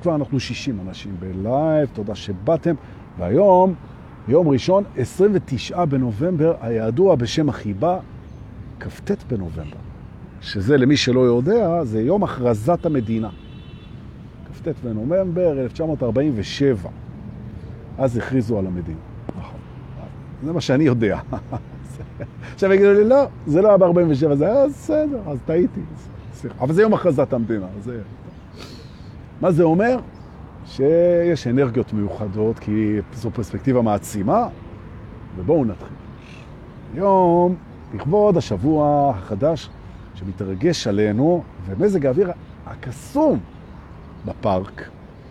כבר אנחנו 60 אנשים בלייב, תודה שבאתם. והיום, יום ראשון, 29 בנובמבר, הידוע בשם החיבה, כ"ט בנובמבר. שזה למי שלא יודע, זה יום הכרזת המדינה. כ"ט בנובמבר 1947. אז הכריזו על המדינה. נכון. זה מה שאני יודע. עכשיו יגידו לי, לא, זה לא היה ב-47, זה היה בסדר, אז טעיתי. אבל זה יום הכרזת המדינה. מה זה אומר? שיש אנרגיות מיוחדות, כי זו פרספקטיבה מעצימה, ובואו נתחיל. היום, לכבוד השבוע החדש שמתרגש עלינו, ומזג האוויר הקסום בפארק,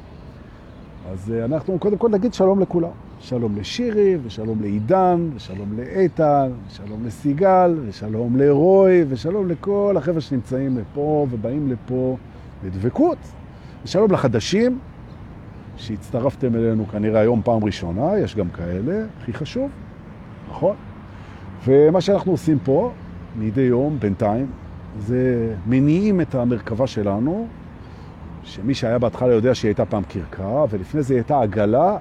אז אנחנו קודם כל נגיד שלום לכולם. שלום לשירי, ושלום לעידן, ושלום לאיתן, ושלום לסיגל, ושלום לרוי, ושלום לכל החבר'ה שנמצאים לפה ובאים לפה בדבקות. ושלום לחדשים שהצטרפתם אלינו כנראה היום פעם ראשונה, יש גם כאלה, הכי חשוב, נכון? ומה שאנחנו עושים פה, מדי יום, בינתיים, זה מניעים את המרכבה שלנו, שמי שהיה בהתחלה יודע שהיא הייתה פעם קרקע, ולפני זה היא הייתה עגלה,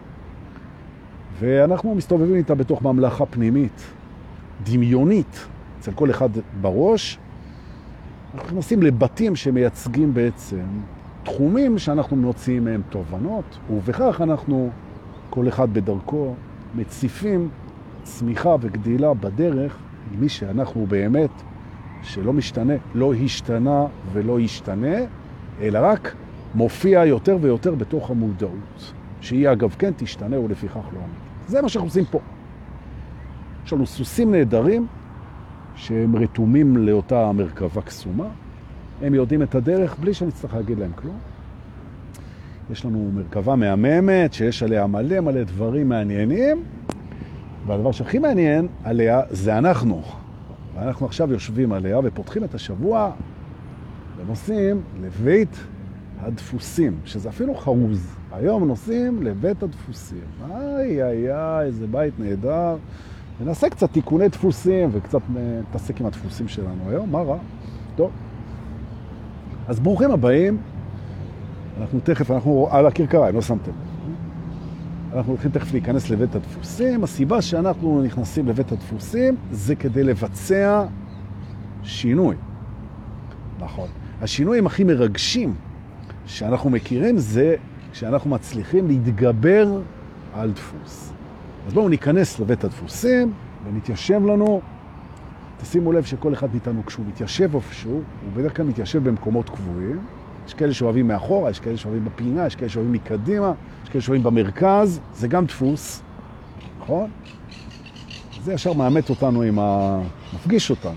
ואנחנו מסתובבים איתה בתוך ממלכה פנימית, דמיונית, אצל כל אחד בראש. אנחנו נכנסים לבתים שמייצגים בעצם תחומים שאנחנו מנוצאים מהם תובנות, ובכך אנחנו, כל אחד בדרכו, מציפים צמיחה וגדילה בדרך, מי שאנחנו באמת, שלא משתנה, לא השתנה ולא ישתנה, אלא רק מופיע יותר ויותר בתוך המודעות, שהיא אגב כן תשתנה ולפיכך לא אמיתי. זה מה שאנחנו עושים פה. יש לנו סוסים נהדרים שהם רתומים לאותה מרכבה קסומה, הם יודעים את הדרך בלי שנצטרך להגיד להם כלום. יש לנו מרכבה מהממת שיש עליה מלא דברים מעניינים, והדבר שהכי מעניין עליה זה אנחנו. ואנחנו עכשיו יושבים עליה ופותחים את השבוע ונוסעים לבית הדפוסים, שזה אפילו חרוז. היום נוסעים לבית הדפוסים. איזה בית נהדר. ונעשה קצת תיקוני דפוסים וקצת נתעסק עם הדפוסים שלנו היום. מה רע? טוב. אז ברוכים הבאים. אנחנו על הכרכרה, לא שמתם. אנחנו הולכים תכף להיכנס לבית הדפוסים. הסיבה שאנחנו נכנסים לבית הדפוסים זה כדי לבצע שינוי. נכון. השינויים הכי מרגשים שאנחנו מכירים זה שאנחנו מצליחים להתגבר על דפוס. אז בואו ניכנס לבית הדפוסים ונתיישב לנו. תשימו לב שכל אחד מאיתנו כשהוא מתיישב איפשהו, הוא בדרך כלל מתיישב במקומות קבועים. יש כאלה שאוהבים מאחורה, יש כאלה שאוהבים בפינה, יש כאלה שאוהבים מקדימה, יש כאלה שאוהבים במרכז. זה גם דפוס, נכון? זה ישר מאמת אותנו מפגיש אותנו.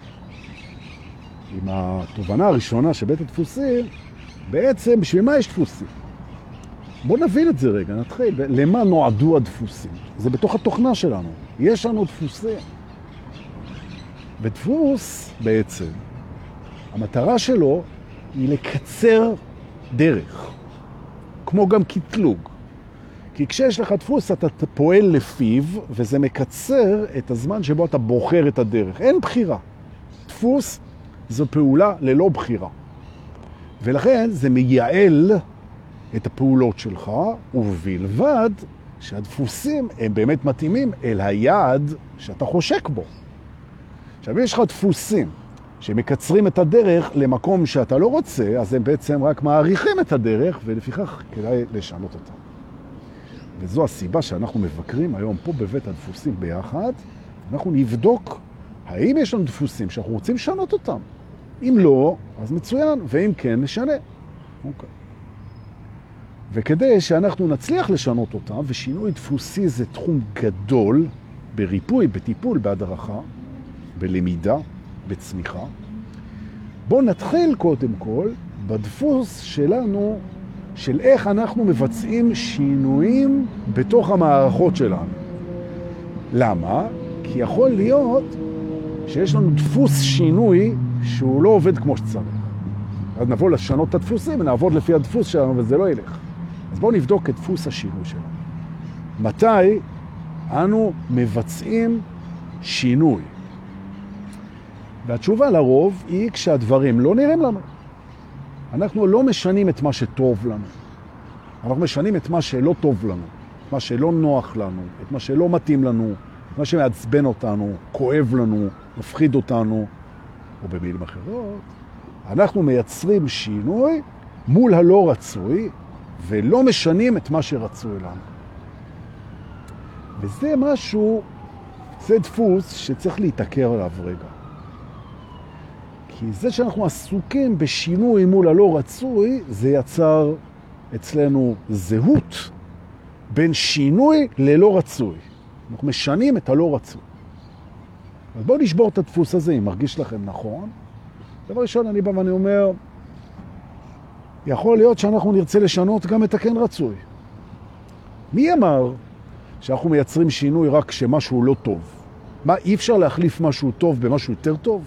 עם התובנה הראשונה שבית הדפוסים, בעצם בשביל מה יש דפוסים? בואו נבין את זה רגע, נתחיל. למה נועדו הדפוסים? זה בתוך התוכנה שלנו. יש לנו דפוסים. ודפוס בעצם, המטרה שלו היא לקצר דרך, כמו גם קטלוג. כי כשיש לך דפוס אתה פועל לפיו, וזה מקצר את הזמן שבו אתה בוחר את הדרך. אין בחירה. דפוס זו פעולה ללא בחירה. ולכן זה מייעל את הפעולות שלך, ובלבד שהדפוסים הם באמת מתאימים אל היעד שאתה חושק בו. עכשיו, יש לך דפוסים שמקצרים את הדרך למקום שאתה לא רוצה, אז הם בעצם רק מעריכים את הדרך, ולפיכך כדאי לשנות אותם. וזו הסיבה שאנחנו מבקרים היום פה בבית הדפוסים ביחד. אנחנו נבדוק האם יש לנו דפוסים שאנחנו רוצים לשנות אותם. אם לא, אז מצוין, ואם כן, נשנה. אוקיי. וכדי שאנחנו נצליח לשנות אותם, ושינוי דפוסי זה תחום גדול, בריפוי, בטיפול, בהדרכה, בלמידה, בצמיחה. בואו נתחיל קודם כל בדפוס שלנו, של איך אנחנו מבצעים שינויים בתוך המערכות שלנו. למה? כי יכול להיות שיש לנו דפוס שינוי שהוא לא עובד כמו שצריך. אז נבוא לשנות את הדפוסים ונעבוד לפי הדפוס שלנו וזה לא ילך. אז בואו נבדוק את דפוס השינוי שלנו. מתי אנו מבצעים שינוי? והתשובה לרוב היא כשהדברים לא נראים לנו. אנחנו לא משנים את מה שטוב לנו. אנחנו משנים את מה שלא טוב לנו, את מה שלא נוח לנו, את מה שלא מתאים לנו, את מה שמעצבן אותנו, כואב לנו, מפחיד אותנו, או במילים אחרות. אנחנו מייצרים שינוי מול הלא רצוי, ולא משנים את מה שרצוי לנו. וזה משהו, זה דפוס שצריך להתעכר עליו רגע. כי זה שאנחנו עסוקים בשינוי מול הלא רצוי, זה יצר אצלנו זהות בין שינוי ללא רצוי. אנחנו משנים את הלא רצוי. אז בואו נשבור את הדפוס הזה, אם מרגיש לכם נכון. דבר ראשון, אני בא ואני אומר, יכול להיות שאנחנו נרצה לשנות גם את הכן רצוי. מי אמר שאנחנו מייצרים שינוי רק כשמשהו לא טוב? מה, אי אפשר להחליף משהו טוב במשהו יותר טוב?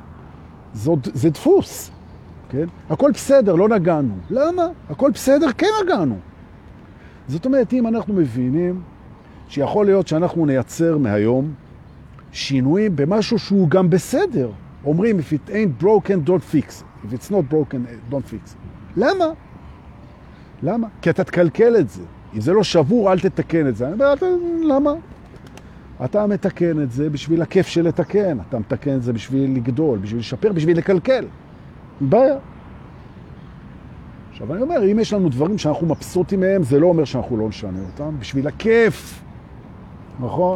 זה דפוס, כן? הכל בסדר, לא נגענו. למה? הכל בסדר, כן נגענו. זאת אומרת, אם אנחנו מבינים שיכול להיות שאנחנו נייצר מהיום שינויים במשהו שהוא גם בסדר. אומרים, if it ain't broken, don't fix it. If it's not broken, don't fix it. למה? למה? כי אתה תקלקל את זה. אם זה לא שבור, אל תתקן את זה. אני אומר, למה? אתה מתקן את זה בשביל הכיף של לתקן. אתה מתקן את זה בשביל לגדול, בשביל לשפר, בשביל לקלקל. בעיה. עכשיו, אני אומר, אם יש לנו דברים שאנחנו מבסוטים מהם, זה לא אומר שאנחנו לא נשנה אותם. בשביל הכיף. נכון?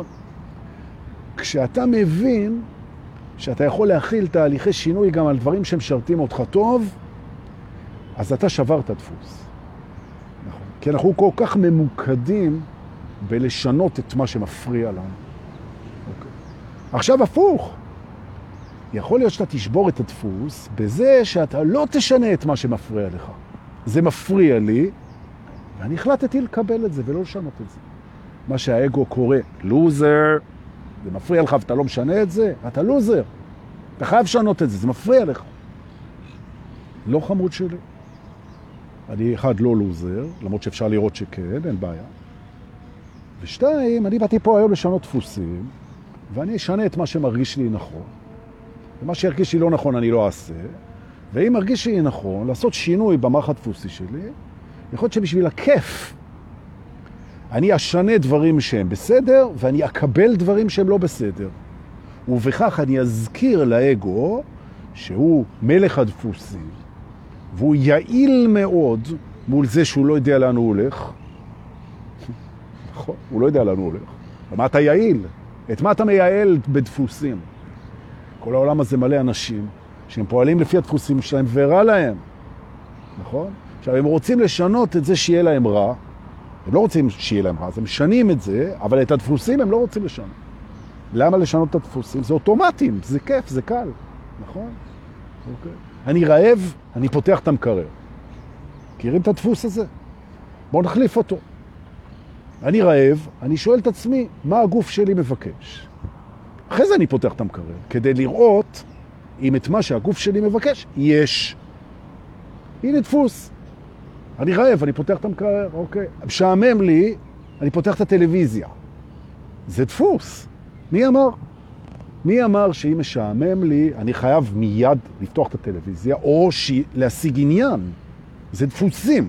כשאתה מבין שאתה יכול להכיל תהליכי שינוי גם על דברים שמשרתים אותך טוב, אז אתה שבר את הדפוס. נכון. כי אנחנו כל כך ממוקדים בלשנות את מה שמפריע לנו. אוקיי. עכשיו הפוך. יכול להיות שאתה תשבור את הדפוס בזה שאתה לא תשנה את מה שמפריע לך. זה מפריע לי, ואני החלטתי לקבל את זה ולא לשנות את זה. מה שהאגו קורא לוזר, זה מפריע לך ואתה לא משנה את זה, אתה לוזר. אתה חייב לשנות את זה, זה מפריע לך. לא חמוד שלי. אני אחד לא לוזר, למרות שאפשר לראות שכן, אין בעיה. ושתיים, אני באתי פה היום לשנות דפוסים, ואני אשנה את מה שמרגיש לי נכון. ומה שהרגיש לי לא נכון אני לא אעשה, ואם מרגיש לי נכון, לעשות שינוי במערך הדפוסי שלי, יכול להיות שבשביל הכיף, אני אשנה דברים שהם בסדר, ואני אקבל דברים שהם לא בסדר. ובכך אני אזכיר לאגו שהוא מלך הדפוסים, והוא יעיל מאוד מול זה שהוא לא יודע לאן הוא הולך. נכון, הוא לא יודע לאן הוא הולך. ומה אתה יעיל? את מה אתה מייעל בדפוסים? כל העולם הזה מלא אנשים שהם פועלים לפי הדפוסים שלהם ורע להם. נכון? עכשיו, הם רוצים לשנות את זה שיהיה להם רע. הם לא רוצים שיהיה להם רע, אז הם משנים את זה, אבל את הדפוסים הם לא רוצים לשנות. למה לשנות את הדפוסים? זה אוטומטים, זה כיף, זה קל. נכון? אוקיי. אני רעב, אני פותח את המקרר. מכירים את הדפוס הזה? בואו נחליף אותו. אני רעב, אני שואל את עצמי, מה הגוף שלי מבקש? אחרי זה אני פותח את המקרר, כדי לראות אם את מה שהגוף שלי מבקש, יש. הנה דפוס. אני רעב, אני פותח את המקרר, אוקיי. משעמם לי, אני פותח את הטלוויזיה. זה דפוס. מי אמר? מי אמר שאם משעמם לי, אני חייב מיד לפתוח את הטלוויזיה, או להשיג עניין? זה דפוסים.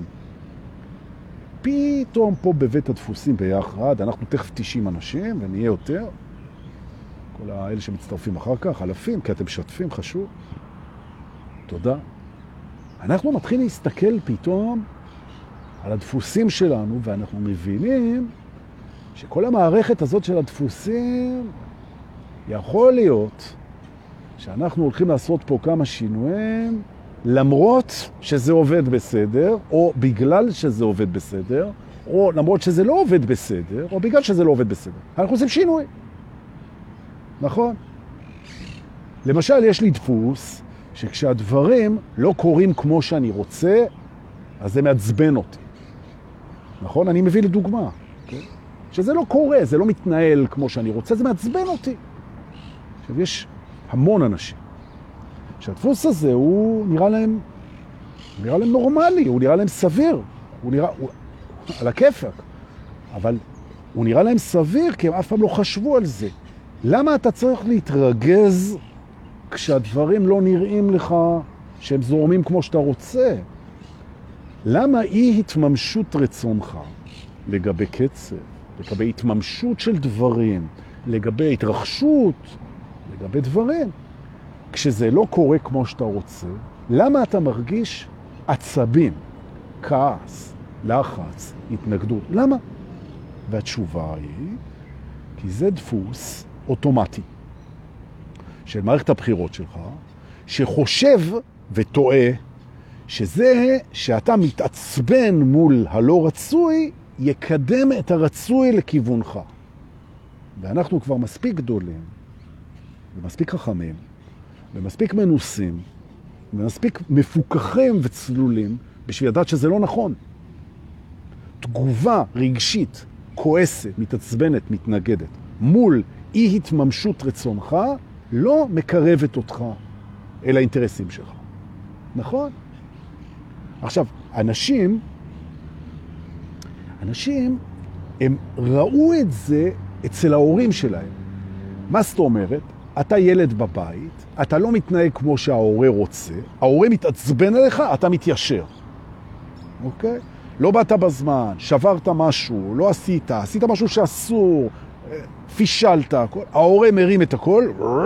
פתאום פה בבית הדפוסים ביחד, אנחנו תכף 90 אנשים, ונהיה יותר. כל האלה שמצטרפים אחר כך, אלפים, כי אתם משתפים, חשוב. תודה. אנחנו מתחילים להסתכל פתאום על הדפוסים שלנו, ואנחנו מבינים שכל המערכת הזאת של הדפוסים, יכול להיות שאנחנו הולכים לעשות פה כמה שינויים, למרות שזה עובד בסדר, או בגלל שזה עובד בסדר, או למרות שזה לא עובד בסדר, או בגלל שזה לא עובד בסדר. אנחנו עושים שינוי. נכון? למשל, יש לי דפוס שכשהדברים לא קורים כמו שאני רוצה, אז זה מעצבן אותי. נכון? אני מביא לדוגמה. כן? שזה לא קורה, זה לא מתנהל כמו שאני רוצה, זה מעצבן אותי. עכשיו, יש המון אנשים שהדפוס הזה הוא נראה להם נורמלי, הוא נראה להם סביר, הוא על הכיפק, אבל הוא נראה להם סביר כי הם אף פעם לא חשבו על זה. למה אתה צריך להתרגז כשהדברים לא נראים לך שהם זורמים כמו שאתה רוצה? למה אי התממשות רצונך לגבי קצב, לגבי התממשות של דברים, לגבי התרחשות, לגבי דברים, כשזה לא קורה כמו שאתה רוצה, למה אתה מרגיש עצבים, כעס, לחץ, התנגדות? למה? והתשובה היא, כי זה דפוס אוטומטי של מערכת הבחירות שלך, שחושב וטועה שזה שאתה מתעצבן מול הלא רצוי, יקדם את הרצוי לכיוונך. ואנחנו כבר מספיק גדולים, ומספיק חכמים, ומספיק מנוסים, ומספיק מפוקחים וצלולים, בשביל לדעת שזה לא נכון. תגובה רגשית, כועסת, מתעצבנת, מתנגדת, מול אי התממשות רצונך, לא מקרבת אותך אל האינטרסים שלך. נכון? עכשיו, אנשים, הם ראו את זה אצל ההורים שלהם. מה זאת אומרת? אתה ילד בבית, אתה לא מתנהג כמו שההורה רוצה, ההורה מתעצבן עליך, אתה מתיישר. אוקיי? לא באת בזמן, שברת משהו, לא עשית משהו שאסור, פישלת, ההורה מרים את הכל,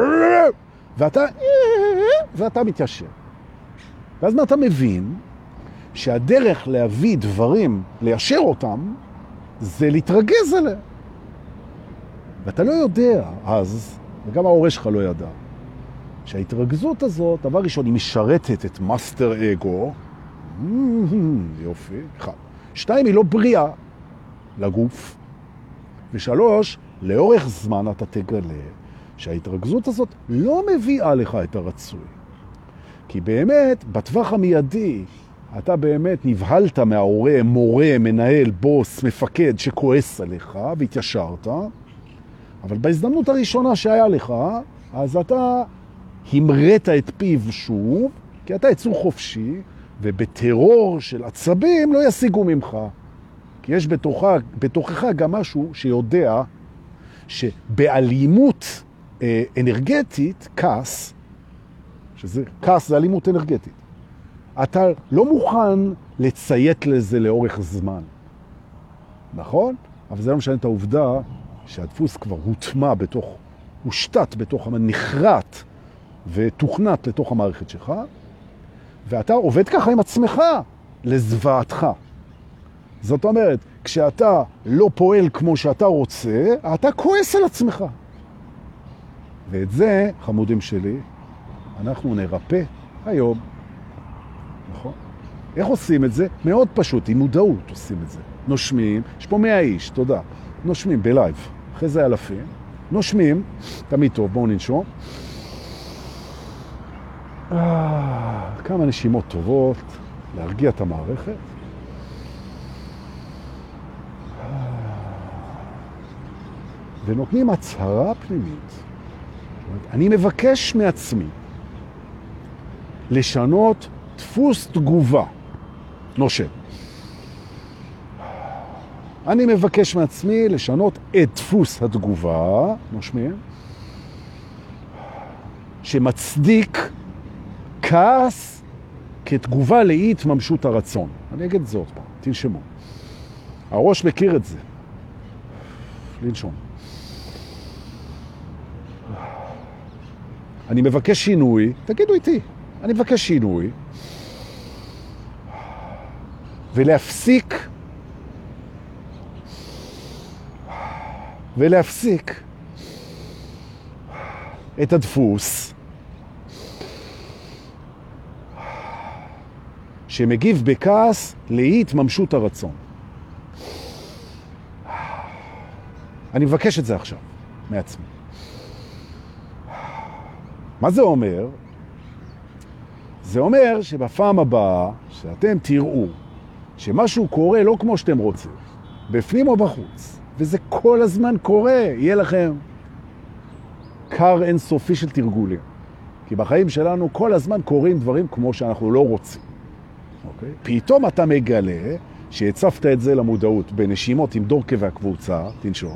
ואתה מתיישר. ואז מה אתה מבין? שהדרך להביא דברים, ליישר אותם, זה להתרגז עליה. ואתה לא יודע אז, וגם ההורה שלך לא ידע, שההתרגזות הזאת, דבר ראשון, היא משרתת את מאסטר אגו, יופי, אחד. 2, היא לא בריאה לגוף, ו3, לאורך זמן אתה תגלה שההתרגזות הזאת לא מביאה לך את הרצוי. כי באמת, בטווח המיידי, אתה באמת נבהלת מההורה, מורה, מנהל, בוס, מפקד שכועס עליך והתיישרת, אבל בהזדמנות הראשונה שהיה לך, אז אתה המראת את פיו שוב, כי אתה יצור חופשי, ובטרור של עצבים לא ישיגו ממך. כי יש בתוכך גם משהו שיודע שבאלימות אנרגטית, כעס, כעס זה אלימות אנרגטית, אתה לא מוכן לציית לזה לאורך זמן. נכון? אבל זה לא משנה את העובדה שהדפוס כבר הוטמע הושתת בתוך, נחרט ותוכנת לתוך המערכת שלך, ואתה עובד ככה עם עצמך לזוועתך. זאת אומרת, כשאתה לא פועל כמו שאתה רוצה, אתה כועס על עצמך. ואת זה, חמודים שלי, אנחנו נרפא היום. נכון? איך עושים את זה? מאוד פשוט, עם מודעות עושים את זה. נושמים, יש פה 100 איש, תודה. נושמים בלייב, אחרי זה אלפים. נושמים, תמיד טוב, בואו ננשום. כמה נשימות טובות, להרגיע את המערכת. ונותנים הצהרה פנימית. אני מבקש מעצמי לשנות דפוס תגובה. נושם. אני מבקש מעצמי לשנות את דפוס התגובה, נושמים, שמצדיק כעס כתגובה לאי התממשות הרצון. אני אגיד את זה עוד פעם, תנשמו. הראש מכיר את זה. לנשום. אני מבקש שינוי, תגידו איתי, אני מבקש שינוי, ולהפסיק את הדפוס שמגיב בכעס לאי התממשות הרצון. אני מבקש את זה עכשיו, מעצמי. מה זה אומר? זה אומר שבפעם הבאה שאתם תראו שמשהו קורה לא כמו שאתם רוצים, בפנים או בחוץ, וזה כל הזמן קורה, יהיה לכם קר אינסופי של תרגולים. כי בחיים שלנו כל הזמן קורים דברים כמו שאנחנו לא רוצים. אוקיי? פתאום אתה מגלה שהצפת את זה למודעות בנשימות עם דורקה והקבוצה, תנשום.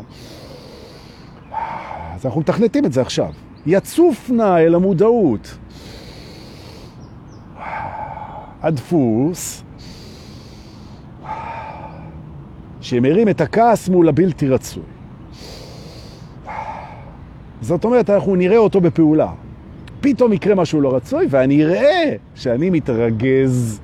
אז אנחנו מתכנתים את זה עכשיו. יצופנה אל המודעות. הדפוס שמרים את הכעס מול הבלתי רצוי. זאת אומרת, אנחנו נראה אותו בפעולה. פתאום יקרה משהו לא רצוי, ואני אראה שאני מתרגז.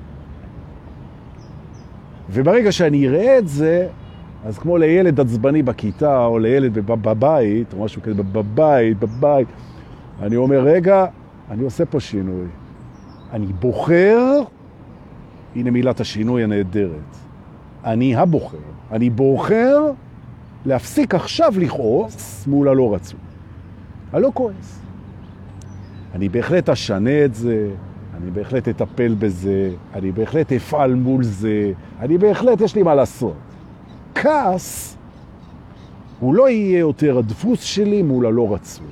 וברגע שאני אראה את זה, אז כמו לילד עצבני בכיתה, או לילד בבית, או משהו כזה, בבית, אני אומר, רגע, אני עושה פה שינוי. אני בוחר, הנה מילת השינוי הנהדרת. אני הבוחר. אני בוחר להפסיק עכשיו לכעוס מול הלא רצוי. הלא כועס. אני בהחלט אשנה את זה, אני בהחלט אטפל בזה, אני בהחלט אפעל מול זה, אני בהחלט יש לי מה לעשות. כעס הוא לא יהיה יותר הדפוס שלי מול הלא רצוי.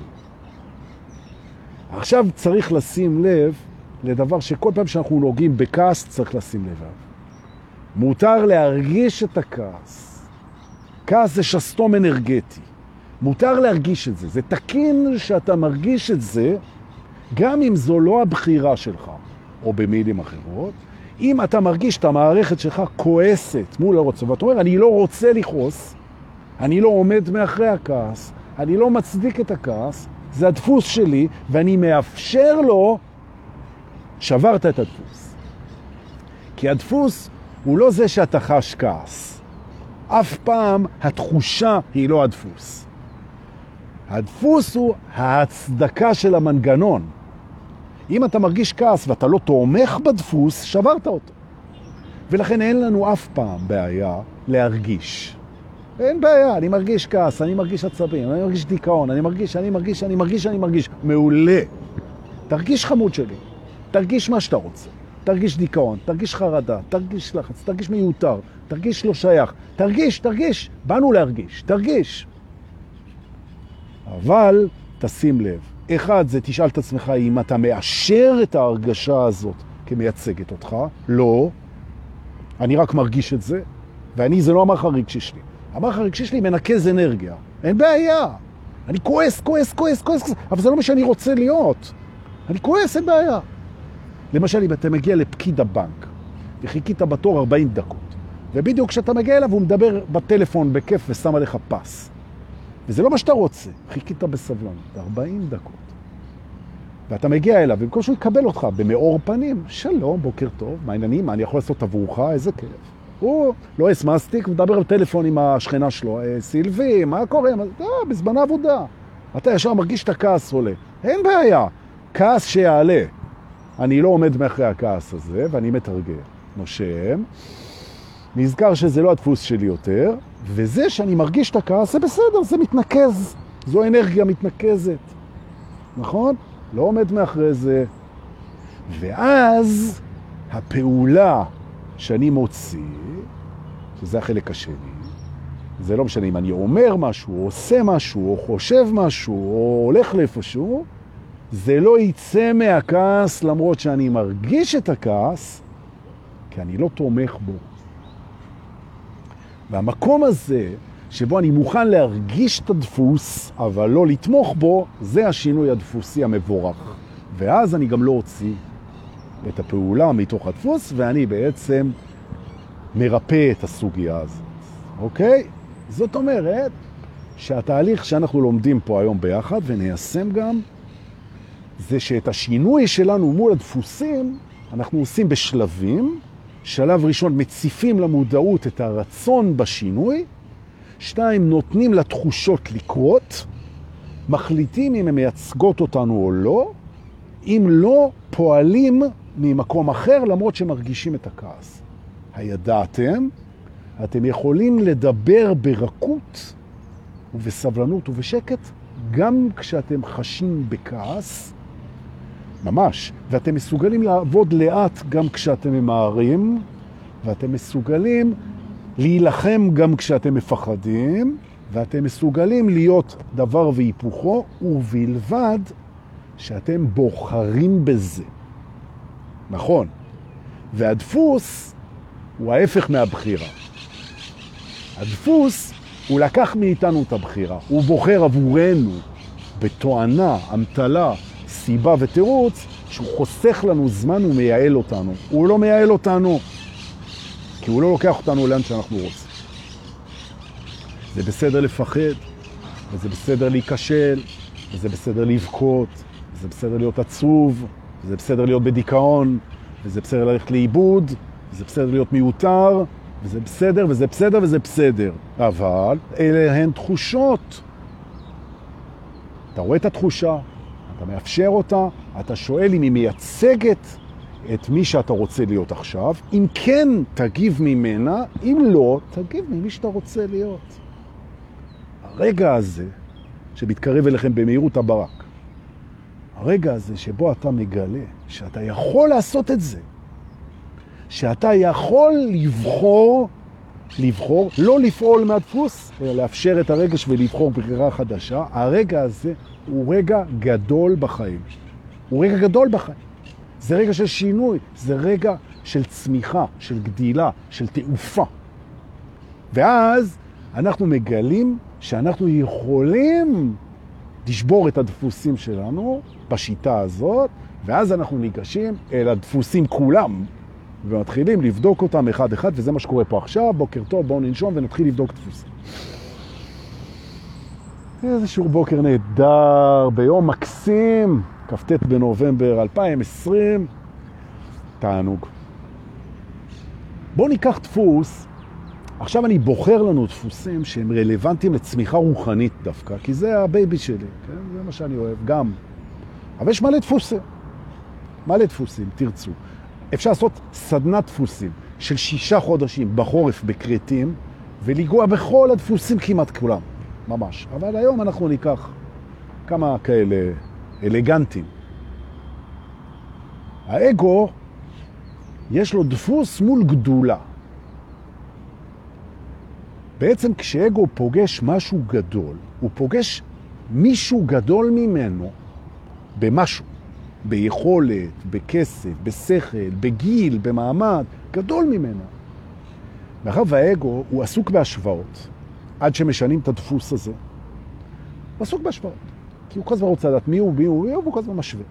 עכשיו צריך לשים לב לדבר שכל פעם שאנחנו נוגעים בכעס צריך לשים לב. מותר להרגיש את הכעס. כעס זה שסתום אנרגטי. מותר להרגיש את זה. זה תקין שאתה מרגיש את זה, גם אם זו לא הבחירה שלך, או במילים אחרות. אם אתה מרגיש את המערכת שלך כועסת מול הרצון, ואתה אומר, אני לא רוצה לכעוס, אני לא עומד מאחרי הכעס, אני לא מצדיק את הכעס, זה הדפוס שלי, ואני מאפשר לו, שברת את הדפוס. כי הדפוס הוא לא זה שאתה חש כעס. אף פעם התחושה היא לא הדפוס. הדפוס הוא ההצדקה של המנגנון. אם אתה מרגיש כעס ואתה לא תומך בדפוס, שברת אותו. ולכן אין לנו אף פעם בעיה להרגיש. אין בעיה, אני מרגיש כעס, אני מרגיש עצבים, אני מרגיש דיכאון, אני מרגיש. מעולה. תרגיש חמוד שלי. תרגיש מה שאתה רוצה. תרגיש דיכאון, תרגיש חרדה, תרגיש לחץ, תרגיש מיותר, תרגיש לא שייך. תרגיש. באנו להרגיש, תרגיש. אבל תשים לב. אחד, זה תשאל את עצמך אם אתה מאשר את ההרגשה הזאת כמייצגת אותך. לא. אני רק מרגיש את זה, ואני, זה לא המערך הרגשי שלי. המערך הרגשי שלי מנקז אנרגיה. אין בעיה. אני כועס, אבל זה לא מה שאני רוצה להיות. אני כועס, אין בעיה. למשל, אם אתה מגיע לפקיד הבנק, וחיכית בתור 40 דקות, ובדיוק כשאתה מגיע אליו, הוא מדבר בטלפון בכיף ושם עליך פס. וזה לא מה שאתה רוצה. חיכית בסבלנות, 40 דקות. ואתה מגיע אליו, במקום שהוא יקבל אותך במאור פנים, שלום, בוקר טוב, מה העניינים? מה אני יכול לעשות עבורך? איזה כיף. הוא לא אסמסטיק, מדבר בטלפון עם השכנה שלו, סילבי, מה קורה? בזמן העבודה. אתה ישר מרגיש את הכעס עולה. אין בעיה. כעס שיעלה. אני לא עומד מאחרי הכעס הזה, ואני מתרגל. נושם. נזכר שזה לא הדפוס שלי יותר, וזה שאני מרגיש את הכעס, זה בסדר, זה מתנקז. זו אנרגיה מתנקזת. נכון? לא עומד מאחרי זה. ואז הפעולה שאני מוציא, שזה החלק השני, זה לא משנה אם אני אומר משהו, או עושה משהו, או חושב משהו, או הולך לאיפשהו, זה לא יצא מהכעס למרות שאני מרגיש את הכעס, כי אני לא תומך בו. והמקום הזה, שבו אני מוכן להרגיש את הדפוס, אבל לא לתמוך בו, זה השינוי הדפוסי המבורך. ואז אני גם לא אוציא את הפעולה מתוך הדפוס, ואני בעצם מרפא את הסוגיה הזאת. אוקיי? זאת אומרת שהתהליך שאנחנו לומדים פה היום ביחד, וניישם גם, זה שאת השינוי שלנו מול הדפוסים, אנחנו עושים בשלבים. שלב ראשון, מציפים למודעות את הרצון בשינוי. 2, נותנים לתחושות לקרות. מחליטים אם הן מייצגות אותנו או לא. אם לא, פועלים ממקום אחר, למרות שמרגישים את הכעס. הידעתם? אתם יכולים לדבר ברכות ובסבלנות ובשקט, גם כשאתם חשים בכעס, ממש, ואתם מסוגלים לעבוד לאט גם כשאתם ממהרים, ואתם מסוגלים להילחם גם כשאתם מפחדים, ואתם מסוגלים להיות דבר והיפוכו, ובלבד שאתם בוחרים בזה. נכון. והדפוס הוא ההפך מהבחירה. הדפוס הוא לקח מאיתנו את הבחירה. הוא בוחר עבורנו בתואנה, המתלה, סיבה ותירוץ, שהוא חוסך לנו זמן ומייעל אותנו. הוא לא מייעל אותנו, כי הוא לא לוקח אותנו לאן שאנחנו רוצים. זה בסדר לפחד, וזה בסדר להיכשל, וזה בסדר לבכות, וזה בסדר להיות עצוב, וזה בסדר להיות בדיכאון, וזה בסדר ללכת לאיבוד, וזה בסדר להיות מיותר, וזה בסדר, וזה בסדר, וזה בסדר. אבל אלה הן תחושות. אתה רואה את התחושה, אתה מאפשר אותה, אתה שואל אם היא מייצגת את מי שאתה רוצה להיות עכשיו, אם כן, תגיב ממנה, אם לא, תגיב ממי שאתה רוצה להיות. הרגע הזה, שמתקרב אליכם במהירות הברק, הרגע הזה שבו אתה מגלה שאתה יכול לעשות את זה, שאתה יכול לבחור, לא לפעול מהדפוס, אלא לאפשר את הרגש ולבחור בחירה חדשה, הרגע הזה הוא רגע גדול בחיים. הוא רגע גדול בחיים. זה רגע של שינוי, זה רגע של צמיחה, של גדילה, של תעופה. ואז אנחנו מגלים שאנחנו יכולים לשבור את הדפוסים שלנו בשיטה הזאת, ואז אנחנו ניגשים אל הדפוסים כולם, ומתחילים לבדוק אותם אחד אחד, וזה מה שקורה פה עכשיו. בוקר טוב, בואו ננשום ונתחיל לבדוק דפוסים. איזשהו בוקר נהדר, ביום מקסים, כ"ט בנובמבר 2020, תענוג. בואו ניקח דפוס, עכשיו אני בוחר לנו דפוסים שהם רלוונטיים לצמיחה רוחנית דווקא, כי זה הבייבי שלי, כן? זה מה שאני אוהב, גם. אבל יש מלא דפוסים, תרצו. אפשר לעשות סדנת דפוסים של 6 חודשים בחורף בקרטים, ולגוע בכל הדפוסים כמעט כולם, ממש. אבל היום אנחנו ניקח כמה כאלה אלגנטים. האגו, יש לו דפוס מול גדולה. בעצם כשאגו פוגש משהו גדול, הוא פוגש מישהו גדול ממנו במשהו. ביכולת, בכסף, בשכל, בגיל, במעמד, גדול ממנו. מאחר והאגו הוא עסוק בהשוואות, עד שמשנים את הדפוס הזה. הוא עסוק בהשוואות, כי הוא כל הזמן רוצה לדעת מי הוא, והוא כל הזמן משווה.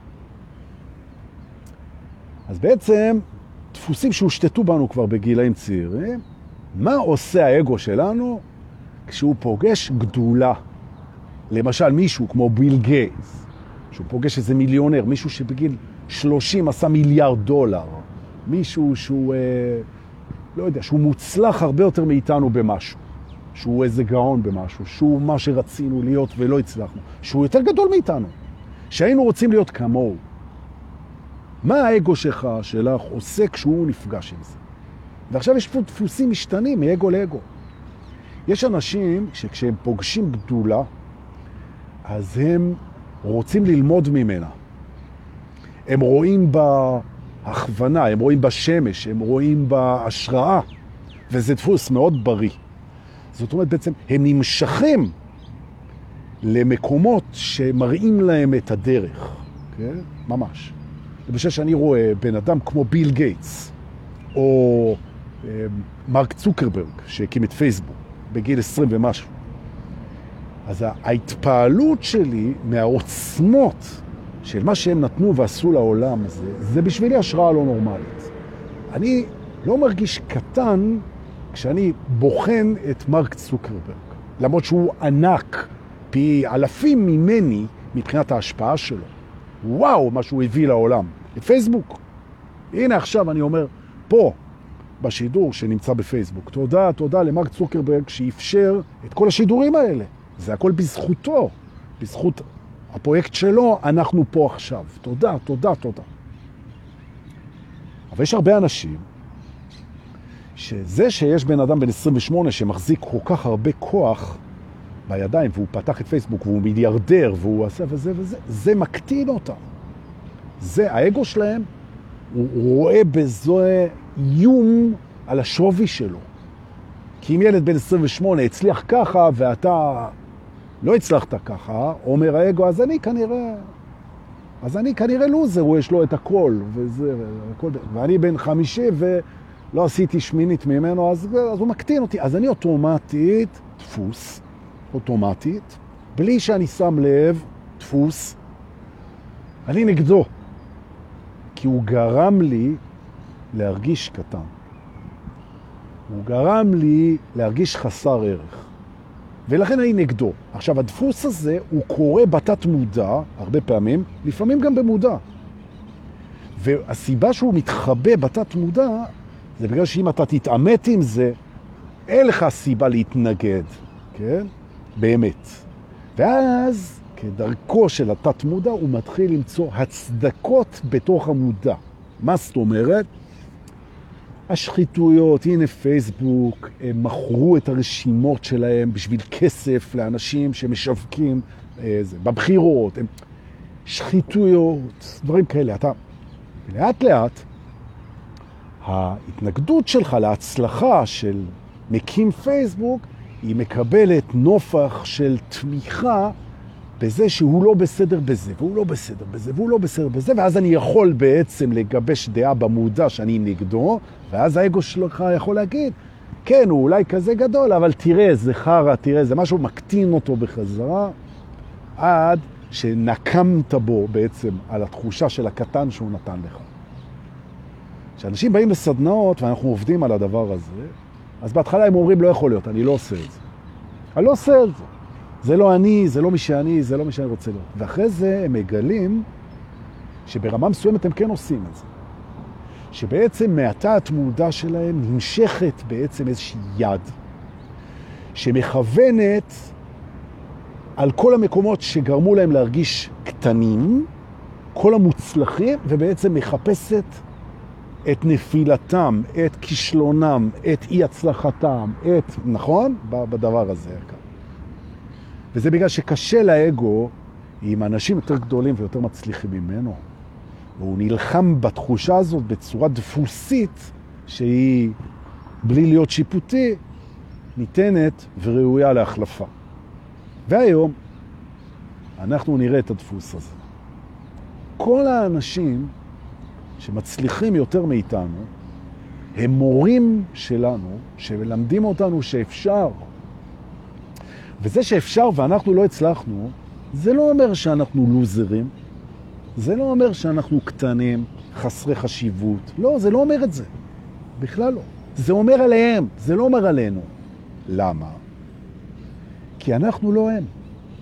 אז בעצם, דפוסים שהושתתו בנו כבר בגילאים צעירים, מה עושה האגו שלנו כשהוא פוגש גדולה? למשל מישהו כמו ביל גייטס, שהוא פוגש איזה מיליונר, מישהו שבגיל 30 עשה $1 מיליארד, מישהו שהוא, לא יודע, שהוא מוצלח הרבה יותר מאיתנו במשהו, שהוא איזה גאון במשהו, שהוא מה שרצינו להיות ולא הצלחנו, שהוא יותר גדול מאיתנו, שהיינו רוצים להיות כמוהו. מה האגו שלך עושה כשהוא נפגש עם זה? ועכשיו יש פה דפוסים משתנים מאגו לאגו. יש אנשים שכשהם פוגשים גדולה, אז הם רוצים ללמוד ממנה. הם רואים בהכוונה, הם רואים בשמש, הם רואים בהשראה, וזה דפוס מאוד בריא. זאת אומרת, בעצם הם נמשכים למקומות שמראים להם את הדרך. כן? ממש. למשל שאני רואה בן אדם כמו ביל גייטס, או מרק צוקרברג, שהקים את פייסבוק, בגיל 20 ומשהו. אז ההתפעלות שלי מהעוצמות של מה שהם נתנו ועשו לעולם הזה, זה בשבילי השראה לא נורמלית. אני לא מרגיש קטן כשאני בוחן את מרק צוקרברג, למרות שהוא ענק פי אלפים ממני מבחינת ההשפעה שלו. וואו, מה שהוא הביא לעולם. בפייסבוק. הנה עכשיו אני אומר, פה, בשידור שנמצא בפייסבוק, תודה למרק צוקרברג שאפשר את כל השידורים האלה. זה הכל בזכותו, בזכות הפרויקט שלו, אנחנו פה עכשיו. תודה. אבל יש הרבה אנשים שזה שיש בן אדם בן 28 שמחזיק כל כך הרבה כוח בידיים, והוא פתח את פייסבוק, והוא מיליארדר, והוא עשה וזה, זה מקטין אותם. זה, האגו שלהם, הוא רואה בזה איום על השווי שלו. כי אם ילד בן 28 הצליח ככה, ואתה לא הצלחת ככה, אומר האגו, אז אני כנראה לוזר, הוא יש לו את הכל, ואני בן 50 ולא עשיתי שמינית ממנו, אז הוא מקטין אותי. אז אני אוטומטית, דפוס, אוטומטית, בלי שאני שם לב, דפוס, אני נגדו. כי הוא גרם לי להרגיש קטן. הוא גרם לי להרגיש חסר ערך. ולכן אני נגדו. עכשיו, הדפוס הזה הוא קורה בתת מודע, הרבה פעמים, לפעמים גם במודע. והסיבה שהוא מתחבא בתת מודע, זה בגלל שאם אתה תתאמת עם זה, אין לך סיבה להתנגד, כן? באמת. ואז, כדרכו של התת מודע, הוא מתחיל למצוא הצדקות בתוך המודע. מה זאת אומרת? השחיתויות, הנה פייסבוק, הם מכרו את הרשימות שלהם בשביל כסף לאנשים שמשווקים בבחירות, הם שחיתויות, דברים כאלה. אתה לאט לאט, ההתנגדות שלך להצלחה של מקים פייסבוק, היא מקבלת נופח של תמיכה בזה שהוא לא בסדר בזה, והוא לא בסדר בזה, והוא לא בסדר בזה, ואז אני יכול בעצם לגבש דעה במודע שאני נגדו, ואז האגו שלך יכול להגיד, כן, הוא אולי כזה גדול, אבל תראה, זה חרה, תראה, זה משהו מקטין אותו בחזרה, עד שנקמת בו בעצם על התחושה של הקטן שהוא נתן לך. כשאנשים באים לסדנאות ואנחנו עובדים על הדבר הזה, אז בהתחלה הם אומרים, לא יכול להיות, אני לא עושה את זה. אני לא עושה את זה. זה לא אני, זה לא מי שאני, זה לא מי שאני רוצה להיות. ואחרי זה הם מגלים שברמה מסוימת הם כן עושים את זה. שבעצם מהתת מודע שלהם נמשכת בעצם איזושהי יד שמכוונת על כל המקומות שגרמו להם להרגיש קטנים, כל המוצלחים, ובעצם מחפשת את נפילתם, את כישלונם, את אי הצלחתם, נכון? בדבר הזה. וזה בגלל שקשה לאגו עם אנשים יותר גדולים ויותר מצליחים ממנו. והוא נלחם בתחושה הזאת בצורה דפוסית, שהיא, בלי להיות שיפוטי, ניתנת וראויה להחלפה. והיום אנחנו נראה את הדפוס הזה. כל האנשים שמצליחים יותר מאיתנו, הם מורים שלנו, שמלמדים אותנו שאפשר. וזה שאפשר ואנחנו לא הצלחנו, זה לא אומר שאנחנו לוזרים, זה לא אומר שאנחנו קטנים, חסרי חשיבות. לא, זה לא אומר את זה. בכלל לא. זה אומר עליהם, זה לא אומר עלינו. למה? כי אנחנו לא הם.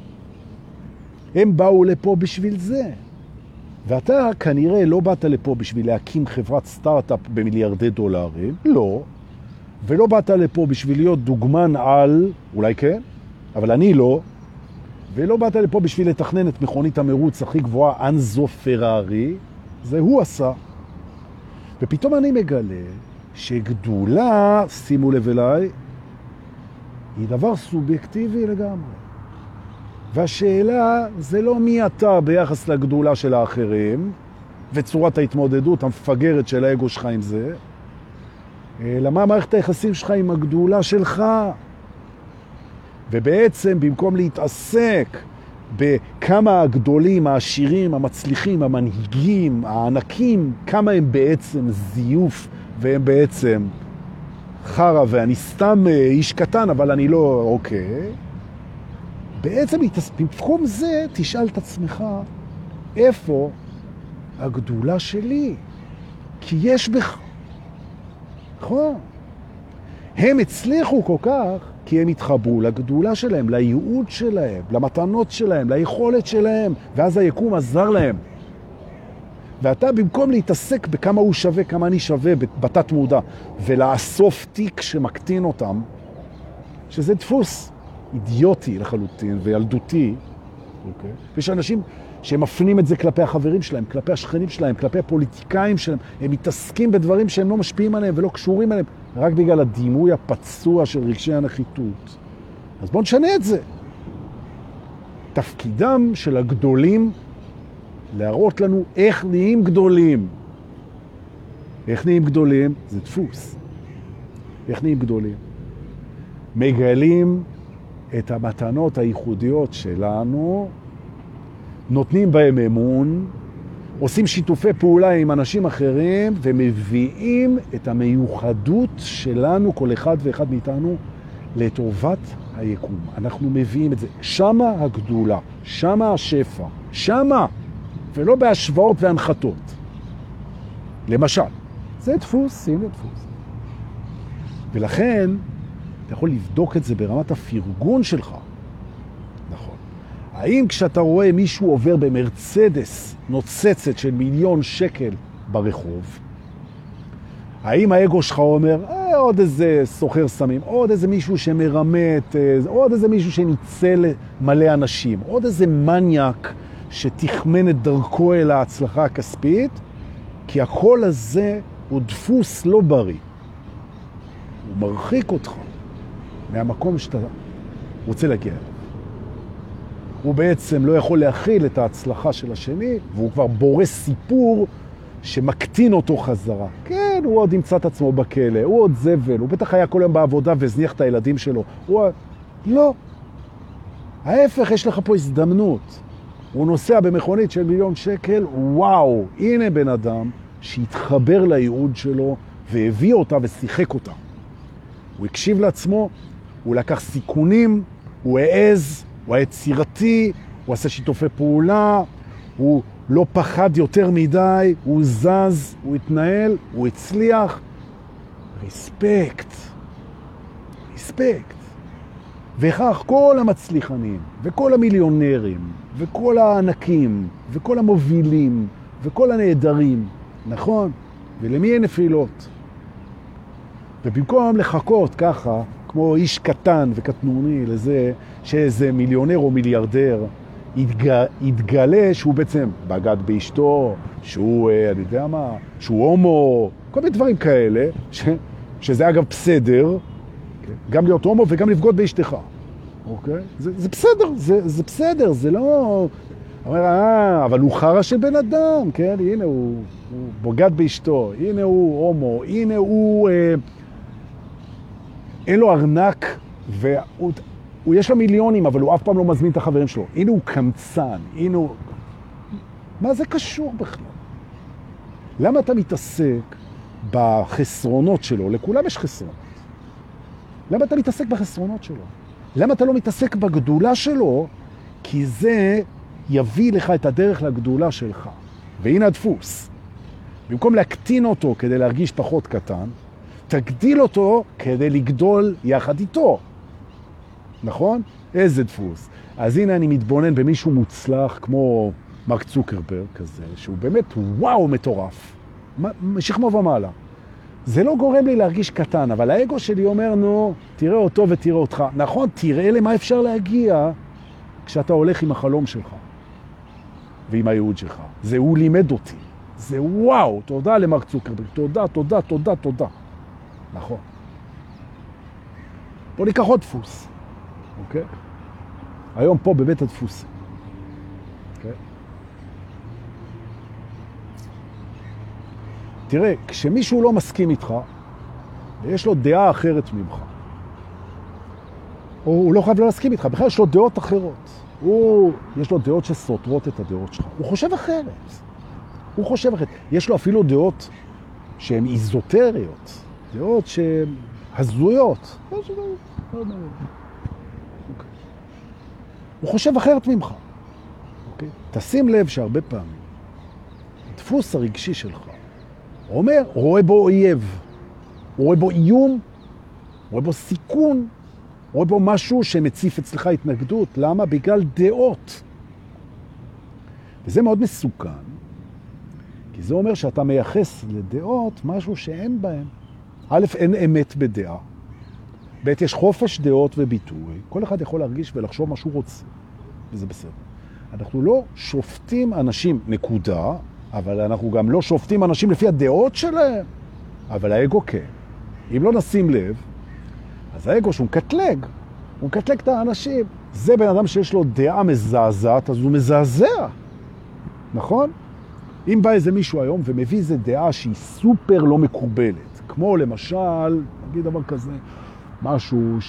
הם באו לפה בשביל זה. ואתה כנראה לא באת לפה בשביל להקים חברת סטארט-אפ במיליארדי דולרים, לא. ולא באת לפה בשביל להיות דוגמן על, אולי כן, אבל אני לא. ולא באת לפה בשביל לתכנן את מכונית המרוץ הכי גבוהה, אנזו פרארי, זה הוא עשה. ופתאום אני מגלה שגדולה, שימו לב אליי, היא דבר סובייקטיבי לגמרי. והשאלה זה לא מי אתה ביחס לגדולה של האחרים, וצורת ההתמודדות המפגרת של האגו שלך עם זה, אלא מה מערכת היחסים שלך עם הגדולה שלך. ובעצם במקום להתעסק בכמה הגדולים, העשירים, המצליחים, המנהיגים, הענקים, כמה הם בעצם זיוף והם בעצם חרה ואני סתם איש קטן אבל אני לא אוקיי. בעצם במקום זה תשאל את עצמך איפה הגדולה שלי? כי יש בך. נכון. הם הצליחו כל כך כי הם התחברו לגדולה שלהם, לייעוד שלהם, למתנות שלהם, ליכולת שלהם, ואז היקום עזר להם. ואתה במקום להתעסק בכמה הוא שווה, כמה אני שווה בתת מודע, ולאסוף תיק שמקטין אותם, שזה דפוס אידיוטי לחלוטין וילדותי, אוקיי? ויש אנשים שמפנים את זה כלפי החברים שלהם, כלפי השכנים שלהם, כלפי הפוליטיקאים שלהם, הם מתעסקים בדברים שהם לא משפיעים עליהם ולא קשורים עליהם, רק בגלל הדימוי הפצוע של רגשי הנחיתות. אז בואו נשנה את זה. תפקידם של הגדולים להראות לנו איך נהיים גדולים. איך נהיים גדולים? זה דפוס. איך נהיים גדולים? מגלים את המתנות הייחודיות שלנו, נותנים בהם אמון, עושים שיתופי פעולה עם אנשים אחרים, ומביאים את המיוחדות שלנו, כל אחד ואחד מאיתנו, לטובת היקום. אנחנו מביאים את זה. שמה הגדולה, שמה השפע, שמה, ולא בהשוואות והנחתות. למשל, זה דפוס, הנה דפוס. ולכן, אתה יכול לבדוק את זה ברמת הפרגון שלך. נכון. האם כשאתה רואה מישהו עובר במרצדס נוצצת של $1,000,000 ברחוב, האם האגו שלך אומר, עוד איזה סוחר סמים, עוד איזה מישהו שמרמת, עוד איזה מישהו שניצל מלא אנשים, עוד איזה מניאק שתכמן את דרכו אל ההצלחה הכספית, כי הקול הזה הוא דפוס לא בריא. הוא מרחיק אותך מהמקום שאתה רוצה להגיע אליו. הוא בעצם לא יכול להכיל את ההצלחה של השני, והוא כבר בורא סיפור שמקטין אותו חזרה. כן, הוא עוד ימצא את עצמו בכלא, הוא עוד זבל, הוא בטח היה כל יום בעבודה והזניח את הילדים שלו. לא. ההפך, יש לך פה הזדמנות. הוא נוסע במכונית של $1,000,000, וואו, הנה בן אדם שהתחבר לייעוד שלו והביא אותה ושיחק אותה. הוא הקשיב לעצמו, הוא לקח סיכונים, הוא העז, הוא היה יצירתי, הוא עשה שיתופי פעולה, הוא לא פחד יותר מדי, הוא זז, הוא התנהל, הוא הצליח. ריספקט. וכך כל המצליחנים, וכל המיליונרים, וכל הענקים, וכל המובילים, וכל הנהדרים, נכון? ולמי אין נפילות? ובמקום לחכות ככה, כמו איש קטן וקטנוני לזה, שאיזה מיליונר או מיליארדר יתגלה שהוא בעצם בגד באשתו, שהוא, אני יודע מה, שהוא הומו, כל מיני דברים כאלה, שזה אגב בסדר, גם להיות הומו וגם לבגוד באשתך. אוקיי? זה בסדר, זה בסדר, זה לא... אומר, אבל הוא חרה של בן אדם, כן? הנה הוא בוגד באשתו, הנה הוא הומו, הנה הוא... אין לו ארנק, והוא יש לו מיליונים, אבל הוא אף פעם לא מזמין את החברים שלו. הנה הוא קמצן, הנה הוא... מה זה קשור בכלל? למה אתה מתעסק בחסרונות שלו? לכולם יש חסרונות. למה אתה מתעסק בחסרונות שלו? למה אתה לא מתעסק בגדולה שלו? כי זה יביא לך את הדרך לגדולה שלך. והנה הדפוס. במקום להקטין אותו כדי להרגיש פחות קטן, תגדיל אותו כדי לגדול יחד איתו. נכון? איזה דפוס. אז הנה אני מתבונן במישהו מוצלח כמו מרק צוקרברג כזה, שהוא באמת וואו מטורף. שכמו ומעלה. זה לא גורם לי להרגיש קטן, אבל האגו שלי אומר, נו, תראה אותו ותראה אותך. נכון, תראה למה אפשר להגיע כשאתה הולך עם החלום שלך ועם הייעוד שלך. זה הוא לימד אותי. זה וואו, תודה למרק צוקרברג. תודה, תודה, תודה, תודה. נכון. בוא ניקח עוד דפוס. אוקיי? היום פה בבית הדפוס. אוקיי? תראה, כשמישהו לא מסכים איתך, ויש לו דעה אחרת ממך, או הוא לא חייב לא להסכים איתך, בכלל יש לו דעות אחרות. יש לו דעות שסותרות את הדעות שלך. הוא חושב אחרת. יש לו אפילו דעות שהן איזוטריות, דעות שהן הזויות. הוא חושב אחרת ממך. תשים לב שהרבה פעמים, הדפוס הרגשי שלך, אומר, רואה בו אויב, רואה בו איום, רואה בו סיכון, רואה בו משהו שמציף אצלך התנגדות. למה? בגלל דעות. וזה מאוד מסוכן, כי זה אומר שאתה מייחס לדעות משהו שאין בהם. א', אין אמת בדעה. ב', יש חופש דעות וביטוי. כל אחד יכול להרגיש ולחשוב מה שהוא רוצה, וזה בסדר. אנחנו לא שופטים אנשים, נקודה, אבל אנחנו גם לא שופטים אנשים לפי הדעות שלהם. אבל האגו כן. אם לא נשים לב, אז האגו שהוא מקטלג, הוא מקטלג את האנשים. זה בן אדם שיש לו דעה מזעזעת, אז הוא מזעזע. נכון? אם בא איזה מישהו היום ומביא איזה דעה שהיא סופר לא מקובלת, כמו למשל, נגיד דבר כזה, משהו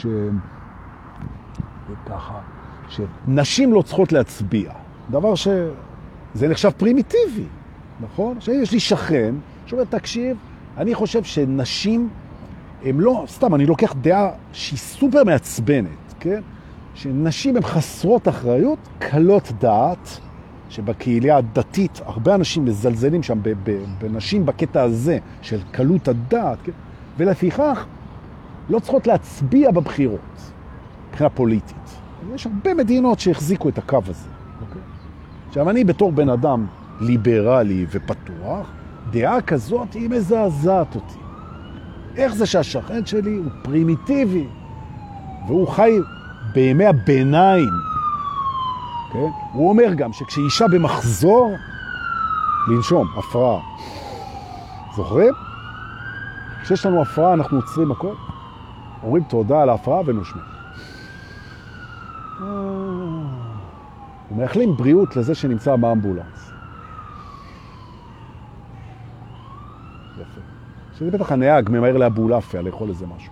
ככה, שנשים לא צריכות להצביע. דבר שזה נחשב פרימיטיבי, נכון? שיש לי שכן, שאומר, תקשיב, אני חושב שנשים, הם לא, סתם, אני לוקח דעה שהיא סופר מעצבנת, כן? שנשים הן חסרות אחריות, קלות דעת, שבקהילה הדתית, הרבה אנשים מזלזלים שם בנשים בקטע הזה של קלות הדעת, כן? ולפיכך, לא צריכות להצביע בבחירות, מבחינה פוליטית. יש הרבה מדינות שהחזיקו את הקו הזה. אוקיי? עכשיו, אני בתור בן אדם ליברלי ופתוח, דעה כזאת היא מזעזעת אותי. איך זה שהשכן שלי הוא פרימיטיבי, והוא חי בימי הביניים. כן? הוא אומר גם שכשאישה במחזור, לנשום, הפרעה. זוכרים? כשיש לנו הפרעה אנחנו עוצרים הכל, אומרים תודה על ההפרעה ונושמים. ומאחלים בריאות לזה שנמצא באמבולנס. יפה. שזה בטח הנהג ממהר לאבולאפיה לאכול איזה משהו.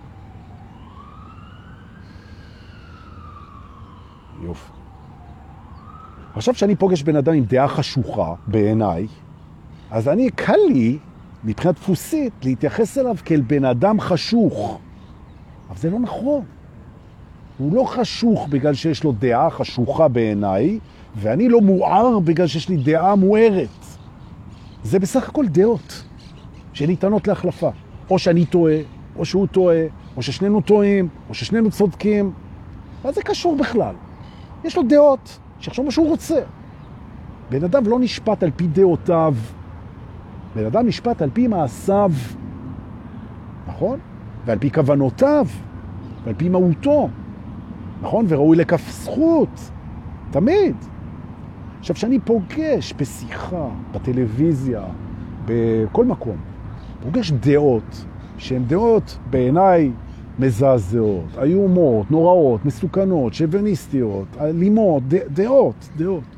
יופי. עכשיו שאני פוגש בן אדם עם דעה חשוכה בעיניי, אז קל לי, מבחינת דפוסית, להתייחס אליו כאל בן אדם חשוך. אבל זה לא נכון. הוא לא חשוך בגלל שיש לו דעה חשוכה בעיניי, ואני לא מואר בגלל שיש לי דעה מוארת. זה בסך הכל דעות שניתנות להחלפה. או שאני טועה, או שהוא טועה, או ששנינו טועים, או ששנינו צודקים. מה זה קשור בכלל? יש לו דעות, שיחשוב מה שהוא רוצה. בן אדם לא נשפט על פי דעותיו, בן אדם נשפט על פי מעשיו, נכון? ועל פי כוונותיו, ועל פי מהותו, נכון? וראוי לכף זכות, תמיד. עכשיו, שאני פוגש בשיחה, בטלוויזיה, בכל מקום, פוגש דעות, שהן דעות בעיניי מזעזעות, איומות, נוראות, מסוכנות, שוביניסטיות, אלימות, דעות.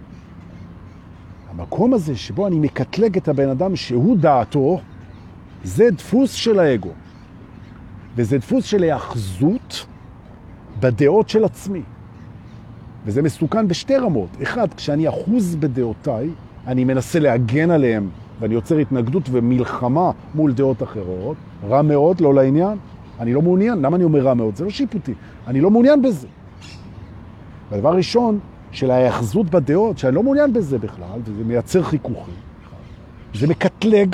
המקום הזה שבו אני מקטלג את הבן אדם שהוא דעתו, זה דפוס של האגו. וזה דפוס של האחזות בדעות של עצמי. וזה מסוכן בשתי רמות. אחד, כשאני אחוז בדעותיי, אני מנסה להגן עליהם, ואני יוצר התנגדות ומלחמה מול דעות אחרות. רע מאוד, לא לעניין. אני לא מעוניין. למה אני אומר רע מאוד? זה לא שיפוטי. אני לא מעוניין בזה. והדבר ראשון, של ההאחזות בדעות, שאני לא מעוניין בזה בכלל, וזה מייצר חיכוכים. זה מקטלג.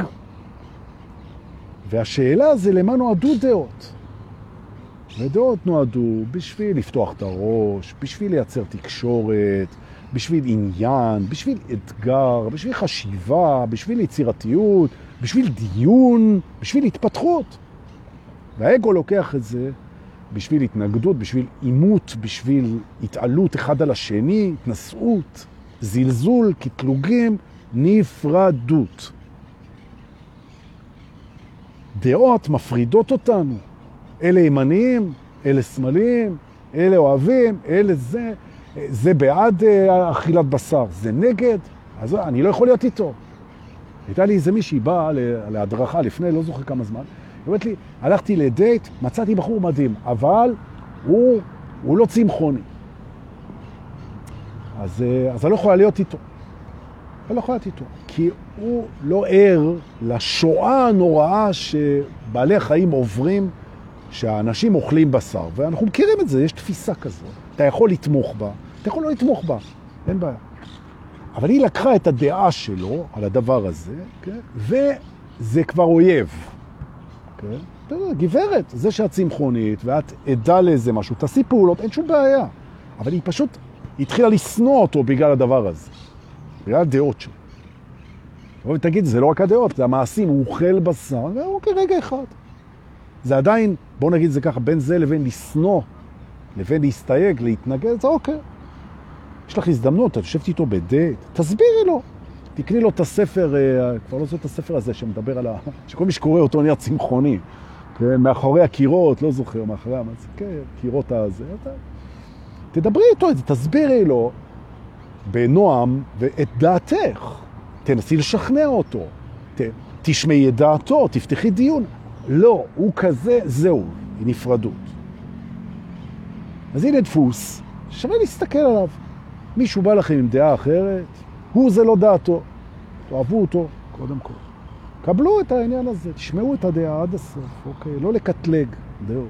והשאלה זה למה נועדו דעות. ודעות נועדו בשביל לפתוח את הראש, בשביל לייצר תקשורת, בשביל עניין, בשביל אתגר, בשביל חשיבה, בשביל יצירתיות, בשביל דיון, בשביל התפתחות. והאגו לוקח את זה בשביל התנגדות, בשביל אימות, בשביל התעלות אחד על השני, התנסות, זלזול, קטלוגים, נפרדות. דעות מפרידות אותנו. אלה ימניים, אלה שמאליים, אלה אוהבים, אלה זה בעד אכילת בשר, זה נגד, אז אני לא יכול להיות איתו. הייתה לי איזה מישהי באה להדרכה לפני, לא זוכר כמה זמן, היא אומרת לי, הלכתי לדייט, מצאתי בחור מדהים, אבל הוא לא צמחוני. אז אני לא יכולה להיות איתו. אני לא יכולה להיות איתו, כי הוא לא ער לשואה הנוראה שבעלי החיים עוברים, שהאנשים אוכלים בשר, ואנחנו מכירים את זה, יש תפיסה כזאת. אתה יכול לתמוך בה, אתה יכול לא לתמוך בה, אין בעיה. אבל היא לקחה את הדעה שלו על הדבר הזה, כן? וזה כבר אויב. כן? אתה יודע, גברת, זה שאת צמחונית, ואת עדה לאיזה משהו, תעשי פעולות, אין שום בעיה. אבל היא פשוט התחילה לסנוע אותו בגלל הדבר הזה, בגלל הדעות שלו. ותגיד, זה לא רק הדעות, זה המעשים, הוא אוכל בשר, ואוקיי, רגע אחד. זה עדיין, בוא נגיד זה ככה, בין זה לבין לסנוע, לבין להסתייג, להתנגד, זה אוקיי. יש לך הזדמנות, אתה יושבת איתו בדייט, תסבירי לו. תקני לו את הספר, כבר לא זאת את הספר הזה שמדבר על שכל מי שקורא אותו נהיה צמחוני. כן, מאחורי הקירות, לא זוכר, מאחורי המצב, כן, קירות הזה. תדברי איתו, תסבירי לו בנועם ואת דעתך. תנסי לשכנע אותו. תשמעי את דעתו, תפתחי דיון. לא, הוא כזה, זהו, היא נפרדות. אז הנה דפוס, שווה להסתכל עליו. מישהו בא לכם עם דעה אחרת, הוא זה לא דעתו. תאהבו אותו, קודם כל. קבלו את העניין הזה, תשמעו את הדעה עד הסוף, אוקיי? לא לקטלג דעות.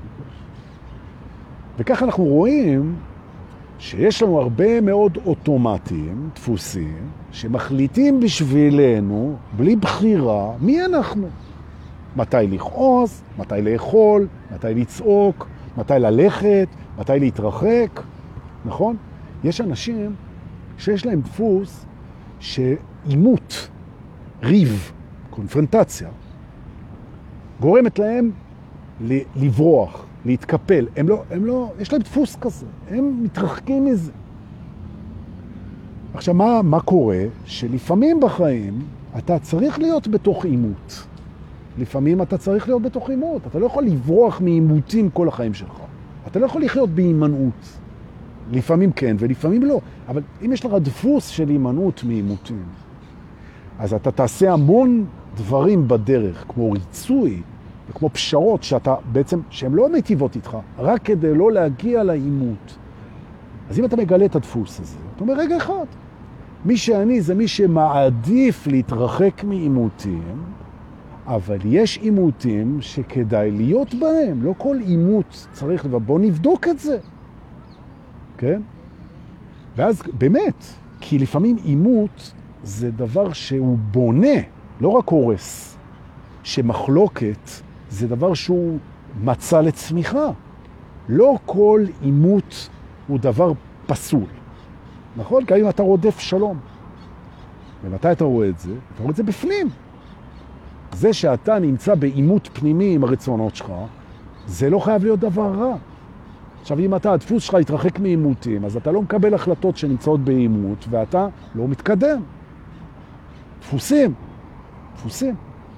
וכך אנחנו רואים שיש לנו הרבה מאוד אוטומטים, דפוסים, שמחליטים בשבילנו, בלי בחירה, מי אנחנו. מתי לכעוס, מתי לאכול, מתי לצעוק, מתי ללכת, מתי להתרחק, נכון? יש אנשים שיש להם דפוס שעימות, ריב, קונפרנטציה, גורמת להם לברוח, להתקפל. הם לא, יש להם דפוס כזה, הם מתרחקים מזה. עכשיו, מה קורה? שלפעמים בחיים אתה צריך להיות בתוך עימות. לפעמים אתה צריך להיות בתוך עימות. אתה לא יכול לברוח מעימותים כל החיים שלך. אתה לא יכול לחיות בהימנעות. לפעמים כן ולפעמים לא. אבל אם יש לך דפוס של הימנעות מעימותים, אז אתה תעשה המון דברים בדרך, כמו ריצוי וכמו פשרות שאתה בעצם, שהן לא מטיבות איתך, רק כדי לא להגיע לעימות. אז אם אתה מגלה את הדפוס הזה, אתה אומר, רגע אחד, מי שאני זה מי שמעדיף להתרחק מעימותים, אבל יש עימותים שכדאי להיות בהם. לא כל עימות צריך, בוא נבדוק את זה. כן? ואז באמת, כי לפעמים עימות זה דבר שהוא בונה, לא רק הורס. שמחלוקת זה דבר שהוא מצא לצמיחה. לא כל עימות הוא דבר פסול. נכון? כי אם אתה רודף שלום. ומתי אתה רואה את זה? אתה רואה את זה בפנים. זה שאתה נמצא בעימות פנימי עם הרצונות שלך, זה לא חייב להיות דבר רע. עכשיו, אם אתה, הדפוס שלך יתרחק מעימותים, אז אתה לא מקבל החלטות שנמצאות בעימות, ואתה לא מתקדם. דפוסים. דפוסים.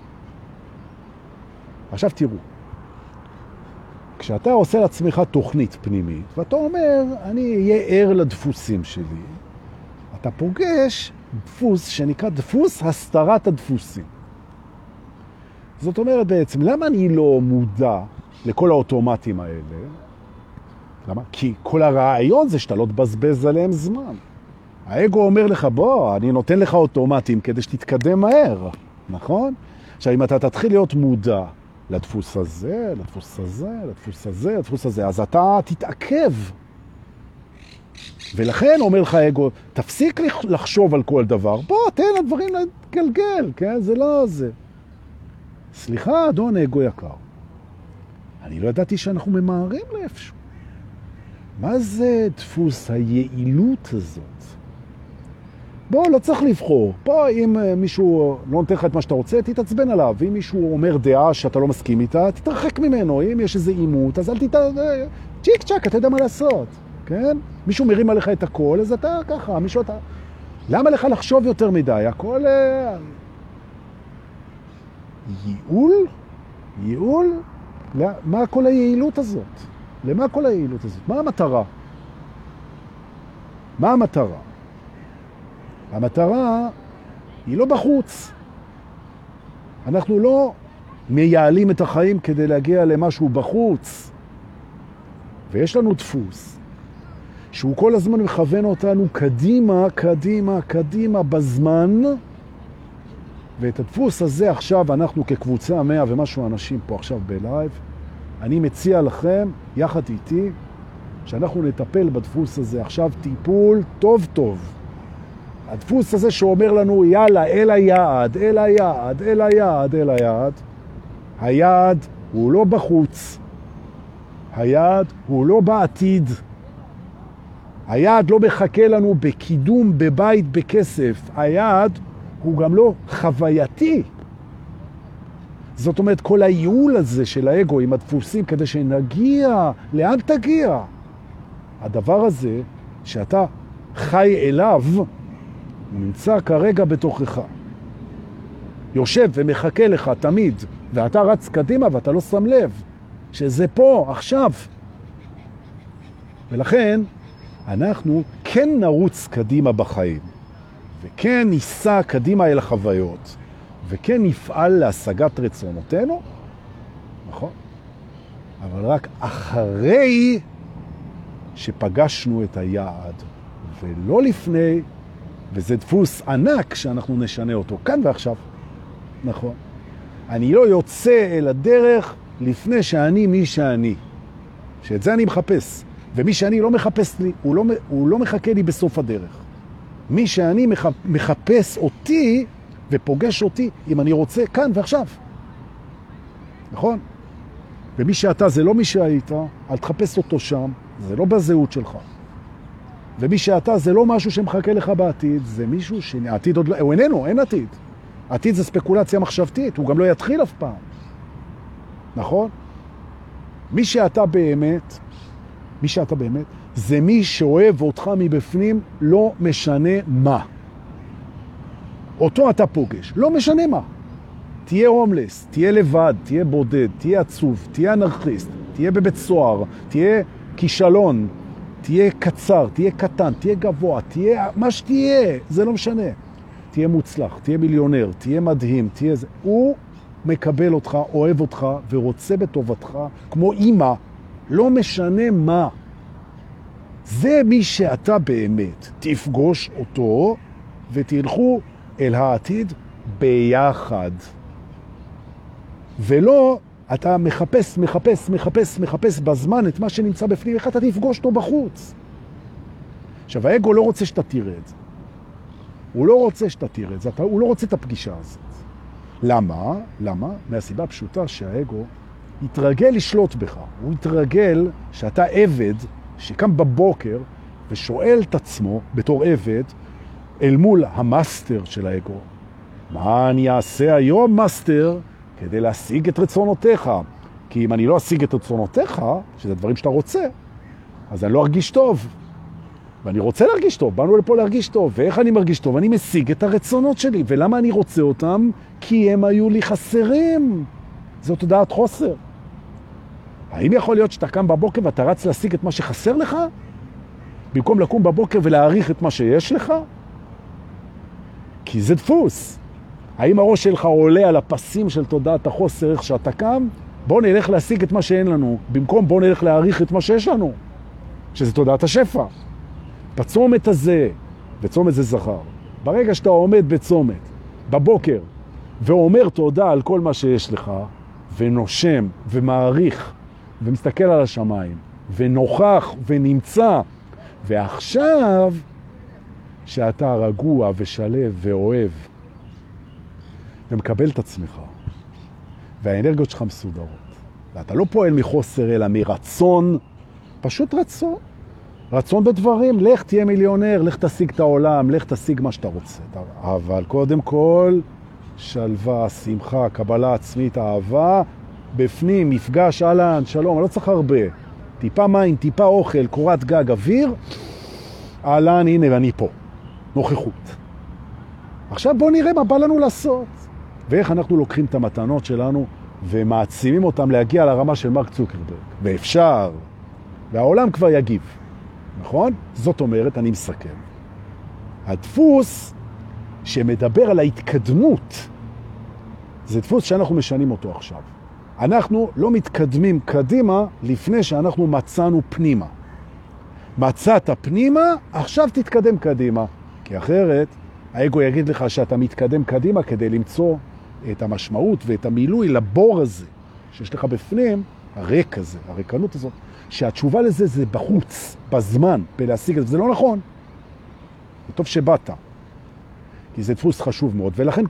עכשיו תראו. כשאתה עושה לעצמך תוכנית פנימית, ואתה אומר, אני אהיה ער לדפוסים שלי, אתה פוגש דפוס שנקרא דפוס הסתרת הדפוסים. זאת אומרת בעצם, למה אני לא מודע לכל האוטומטים האלה? למה? כי כל הרעיון זה שאתה לא תבזבז עליהם זמן. האגו אומר לך, בוא, אני נותן לך אוטומטים כדי שתתקדם מהר, נכון? עכשיו, אם אתה תתחיל להיות מודע לדפוס הזה, לדפוס הזה, לדפוס הזה, לדפוס הזה, אז אתה תתעכב. ולכן אומר לך האגו, תפסיק לחשוב על כל דבר, בוא, תן הדברים לגלגל, כן? זה לא זה. סליחה, אדון אגו יקר, אני לא ידעתי שאנחנו ממהרים לאיפשהו. מה זה דפוס היעילות הזאת? בוא, לא צריך לבחור. פה אם מישהו לא נותן לך את מה שאתה רוצה, תתעצבן עליו. אם מישהו אומר דעה שאתה לא מסכים איתה, תתרחק ממנו. אם יש איזה עימות, אז אל צ'יק צ'ק, אתה יודע מה לעשות. כן? מישהו מרים עליך את הכל, אז אתה ככה, מישהו אתה... למה לך לחשוב יותר מדי? הכל... ייעול? ייעול? מה כל היעילות הזאת? למה כל היעילות הזאת? מה המטרה? מה המטרה? המטרה היא לא בחוץ. אנחנו לא מייעלים את החיים כדי להגיע למשהו בחוץ. ויש לנו דפוס שהוא כל הזמן מכוון אותנו קדימה, קדימה, קדימה בזמן. ואת הדפוס הזה עכשיו אנחנו כקבוצה 100 ומשהו אנשים פה עכשיו בלייב, אני מציע לכם יחד איתי שאנחנו נטפל בדפוס הזה עכשיו טיפול טוב טוב. הדפוס הזה שאומר לנו יאללה אל היעד, אל היעד, אל היעד, אל היעד. היעד הוא לא בחוץ. היעד הוא לא בעתיד. היעד לא מחכה לנו בקידום, בבית, בכסף. היעד הוא גם לא חווייתי. זאת אומרת, כל הייעול הזה של האגו עם הדפוסים כדי שנגיע, לאן תגיע? הדבר הזה שאתה חי אליו, הוא נמצא כרגע בתוכך. יושב ומחכה לך תמיד, ואתה רץ קדימה ואתה לא שם לב שזה פה, עכשיו. ולכן אנחנו כן נרוץ קדימה בחיים, וכן ניסע קדימה אל החוויות, וכן נפעל להשגת רצונותינו, נכון? אבל רק אחרי שפגשנו את היעד, ולא לפני, וזה דפוס ענק שאנחנו נשנה אותו כאן ועכשיו, נכון? אני לא יוצא אל הדרך לפני שאני מי שאני, שאת זה אני מחפש, ומי שאני לא מחפש לי, הוא לא מחכה לי בסוף הדרך. מי שאני מחפש אותי ופוגש אותי אם אני רוצה כאן ועכשיו. נכון? ומי שאתה זה לא מי שהיית, אל תחפש אותו שם, זה לא בזהות שלך. ומי שאתה זה לא משהו שמחכה לך בעתיד, זה מישהו שהעתיד עוד לא, הוא איננו, אין עתיד. עתיד זה ספקולציה מחשבתית, הוא גם לא יתחיל אף פעם. נכון? מי שאתה באמת, זה מי שאוהב אותך מבפנים, לא משנה מה. אותו אתה פוגש, לא משנה מה. תהיה הומלס, תהיה לבד, תהיה בודד, תהיה עצוב, תהיה אנרכיסט, תהיה בבית סוהר, תהיה כישלון, תהיה קצר, תהיה קטן, תהיה גבוה, תהיה מה שתהיה, זה לא משנה. תהיה מוצלח, תהיה מיליונר, תהיה מדהים, תהיה זה. הוא מקבל אותך, אוהב אותך ורוצה בטובתך, כמו אמא, לא משנה מה. זה מי שאתה באמת. תפגוש אותו ותלכו אל העתיד ביחד. ולא, אתה מחפש בזמן את מה שנמצא בפנים, איך אתה תפגוש אותו בחוץ. עכשיו, האגו לא רוצה שאתה תראה את זה. הוא לא רוצה שאתה תראה את זה, הוא לא רוצה את הפגישה הזאת. למה? מהסיבה הפשוטה שהאגו יתרגל לשלוט בך. הוא יתרגל שאתה עבד שקם בבוקר ושואל את עצמו בתור עבד אל מול המאסטר של האגו. מה אני אעשה היום, מאסטר, כדי להשיג את רצונותיך? כי אם אני לא אשיג את רצונותיך, שזה דברים שאתה רוצה, אז אני לא ארגיש טוב. ואני רוצה להרגיש טוב, באנו לפה להרגיש טוב. ואיך אני מרגיש טוב? אני משיג את הרצונות שלי. ולמה אני רוצה אותם? כי הם היו לי חסרים. זאת תודעת חוסר. האם יכול להיות שאתה קם בבוקר ואתה רץ להשיג את מה שחסר לך? במקום לקום בבוקר ולהעריך את מה שיש לך? כי זה דפוס. האם הראש שלך עולה על הפסים של תודעת החוסר איך שאתה קם? בוא נלך להשיג את מה שאין לנו. במקום בוא נלך להעריך את מה שיש לנו. שזה תודעת השפע. בצומת הזה, וצומת זה זכר, ברגע שאתה עומד בצומת, בבוקר, ואומר תודה על כל מה שיש לך, ונושם, ומעריך, ומסתכל על השמיים, ונוכח, ונמצא, ועכשיו, שאתה רגוע ושלב ואוהב, ומקבל את עצמך, והאנרגיות שלך מסודרות, ואתה לא פועל מחוסר אלא מרצון, פשוט רצון. רצון בדברים, לך תהיה מיליונר, לך תשיג את העולם, לך תשיג מה שאתה רוצה. אבל קודם כל, שלווה, שמחה, קבלה עצמית, אהבה, בפנים, מפגש, אהלן, שלום, אני לא צריך הרבה. טיפה מים, טיפה אוכל, קורת גג, אוויר, אהלן, הנה, ואני פה. נוכחות. עכשיו בוא נראה מה בא לנו לעשות. ואיך אנחנו לוקחים את המתנות שלנו ומעצימים אותם להגיע לרמה של מרק צוקרברג. ואפשר. והעולם כבר יגיב. נכון? זאת אומרת, אני מסכם. הדפוס שמדבר על ההתקדמות, זה דפוס שאנחנו משנים אותו עכשיו. אנחנו לא מתקדמים קדימה לפני שאנחנו מצאנו פנימה. מצאת פנימה, עכשיו תתקדם קדימה. כי אחרת, האגו יגיד לך שאתה מתקדם קדימה כדי למצוא את המשמעות ואת המילוי לבור הזה שיש לך בפנים, הריק הזה, הריקנות הזאת. שהתשובה לזה זה בחוץ, בזמן, בלהשיג את זה. זה לא נכון. זה טוב שבאת. כי זה דפוס חשוב מאוד. ולכן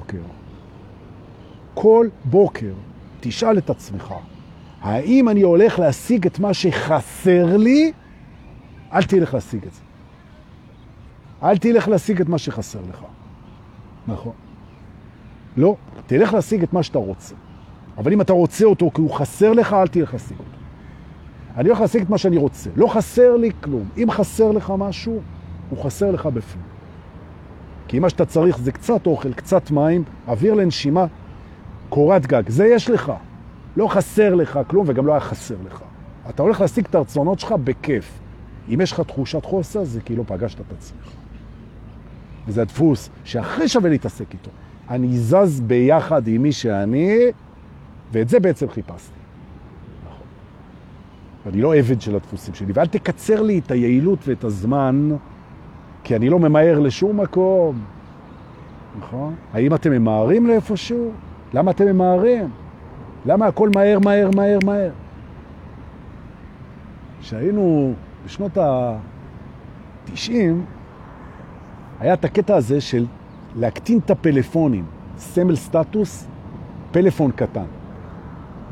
כל בוקר, תשאל את עצמך, האם אני הולך להשיג את מה שחסר לי? אל תלך להשיג את זה. אל תלך להשיג את מה שחסר לך. נכון. לא, תלך להשיג את מה שאתה רוצה. אבל אם אתה רוצה אותו כי הוא חסר לך, אל תלך להשיג אותו. אני הולך להשיג את מה שאני רוצה. לא חסר לי כלום. אם חסר לך משהו, הוא חסר לך בפנים. כי מה שאתה צריך זה קצת אוכל, קצת מים, אוויר לנשימה, קורת גג. זה יש לך. לא חסר לך כלום וגם לא היה חסר לך. אתה הולך להשיג את הרצונות שלך בכיף. אם יש לך תחושת חוסר, זה כאילו פגשת את עצמך. וזה הדפוס שאחרי שווה להתעסק איתו. אני זז ביחד עם מי שאני, ואת זה בעצם חיפשתי. אני לא עבד של הדפוסים שלי, ואל תקצר לי את היעילות ואת הזמן, כי אני לא ממהר לשום מקום. נכון? האם אתם ממהרים לאיפשהו? למה אתם ממהרים? למה הכל מהר? שהיינו בשנות ה-90, היה את הקטע הזה של להקטין את הפלאפונים, סמל סטטוס, פלאפון קטן.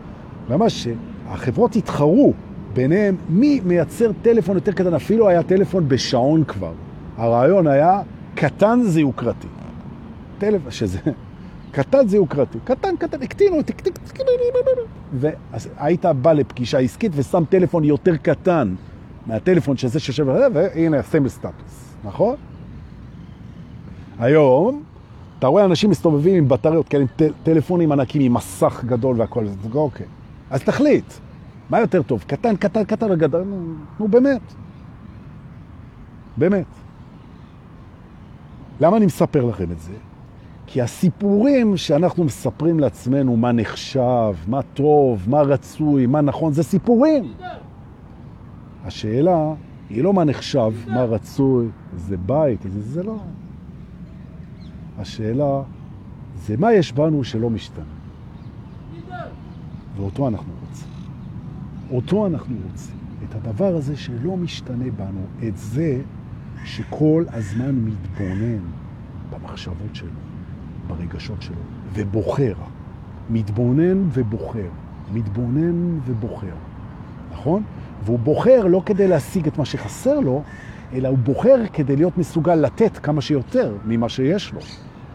ממש החברות התחרו ביניהם מי מייצר טלפון יותר קטן, אפילו היה טלפון בשעון כבר. הרעיון היה קטן זה יוקרתי. טלפון שזה קטן זה יוקרתי. קטן, הקטינו, והיית בא לפגישה עסקית ושם טלפון יותר קטן מהטלפון שזה שיושב עליו, והנה סמל סטטוס, נכון? היום אתה רואה אנשים מסתובבים עם בטריות כאלה, עם טלפונים ענקים, עם מסך גדול והכל, אוקיי. אז תחליט, מה יותר טוב? קטן, גדול, נו באמת. באמת. למה אני מספר לכם את זה? כי הסיפורים שאנחנו מספרים לעצמנו, מה נחשב, מה טוב, מה רצוי, מה נכון, זה סיפורים. השאלה היא לא מה נחשב, מה רצוי, זה בית, זה לא. השאלה זה מה יש בנו שלא משתנה. ואותו אנחנו רוצים. אותו אנחנו רוצים. את הדבר הזה שלא משתנה בנו, את זה שכל הזמן מתבונן במחשבות שלו, ברגשות שלו, ובוחר. מתבונן ובוחר. מתבונן ובוחר. נכון? והוא בוחר לא כדי להשיג את מה שחסר לו, אלא הוא בוחר כדי להיות מסוגל לתת כמה שיותר ממה שיש לו.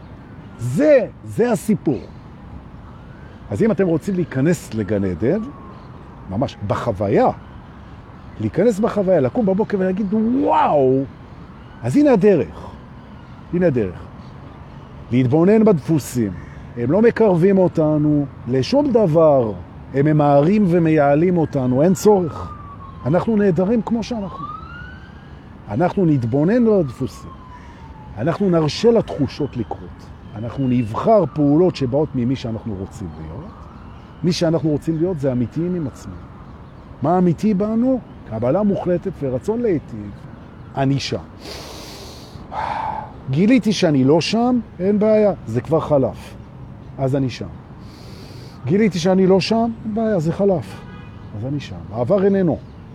זה הסיפור. אז אם אתם רוצים להיכנס לגן עדן, ממש בחוויה, להיכנס בחוויה, לקום בבוקר ולהגיד וואו, אז הנה הדרך. הנה הדרך. להתבונן בדפוסים. הם לא מקרבים אותנו לשום דבר. הם ממהרים ומייעלים אותנו. אין צורך. אנחנו נהדרים כמו שאנחנו. אנחנו נתבונן בדפוסים. אנחנו נרשה לתחושות לקרות. אנחנו נבחר פעולות שבאות ממי שאנחנו רוצים להיות. מי שאנחנו רוצים להיות זה אמיתיים עם עצמם. מה אמיתי בנו? קבלה מוחלטת ורצון להיטיב. אני שם. גיליתי שאני לא שם, אין בעיה, זה כבר חלף. אז אני שם. גיליתי שאני לא שם, אין בעיה, זה חלף. אז אני שם. העבר איננו.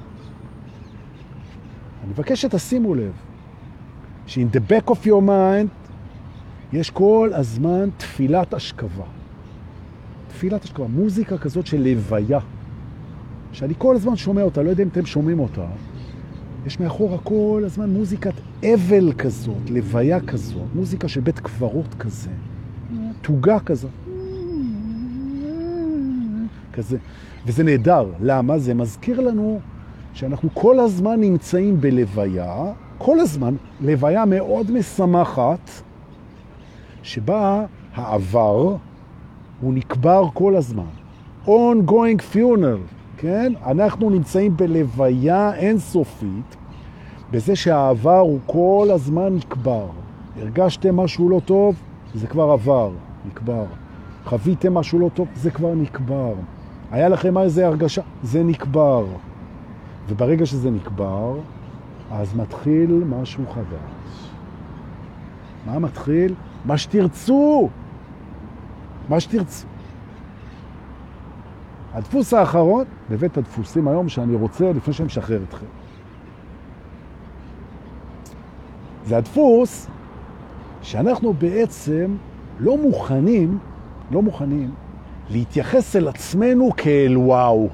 אני מבקש שתשימו לב, ש-in the back of your mind יש כל הזמן תפילת השכבה. תפילת השכבה, מוזיקה כזאת של לוויה, שאני כל הזמן שומע אותה, לא יודע אם אתם שומעים אותה, יש מאחורה כל הזמן מוזיקת אבל כזאת, לוויה כזאת, מוזיקה של בית קברות כזה, תוגה כזאת, כזה. וזה נהדר. למה? זה מזכיר לנו שאנחנו כל הזמן נמצאים בלוויה, כל הזמן, לוויה מאוד משמחת, שבה העבר הוא נקבר כל הזמן. ongoing funeral, כן? אנחנו נמצאים בלוויה אינסופית, בזה שהעבר הוא כל הזמן נקבר. הרגשתם משהו לא טוב? זה כבר עבר, נקבר. חוויתם משהו לא טוב? זה כבר נקבר. היה לכם איזה הרגשה? זה נקבר. וברגע שזה נקבר, אז מתחיל משהו חדש. מה מתחיל? מה שתרצו. מה שתרצו. הדפוס האחרון, בבית הדפוסים היום שאני רוצה, לפני שאני משחרר אתכם. זה הדפוס שאנחנו בעצם לא מוכנים להתייחס אל עצמנו כאל וואו.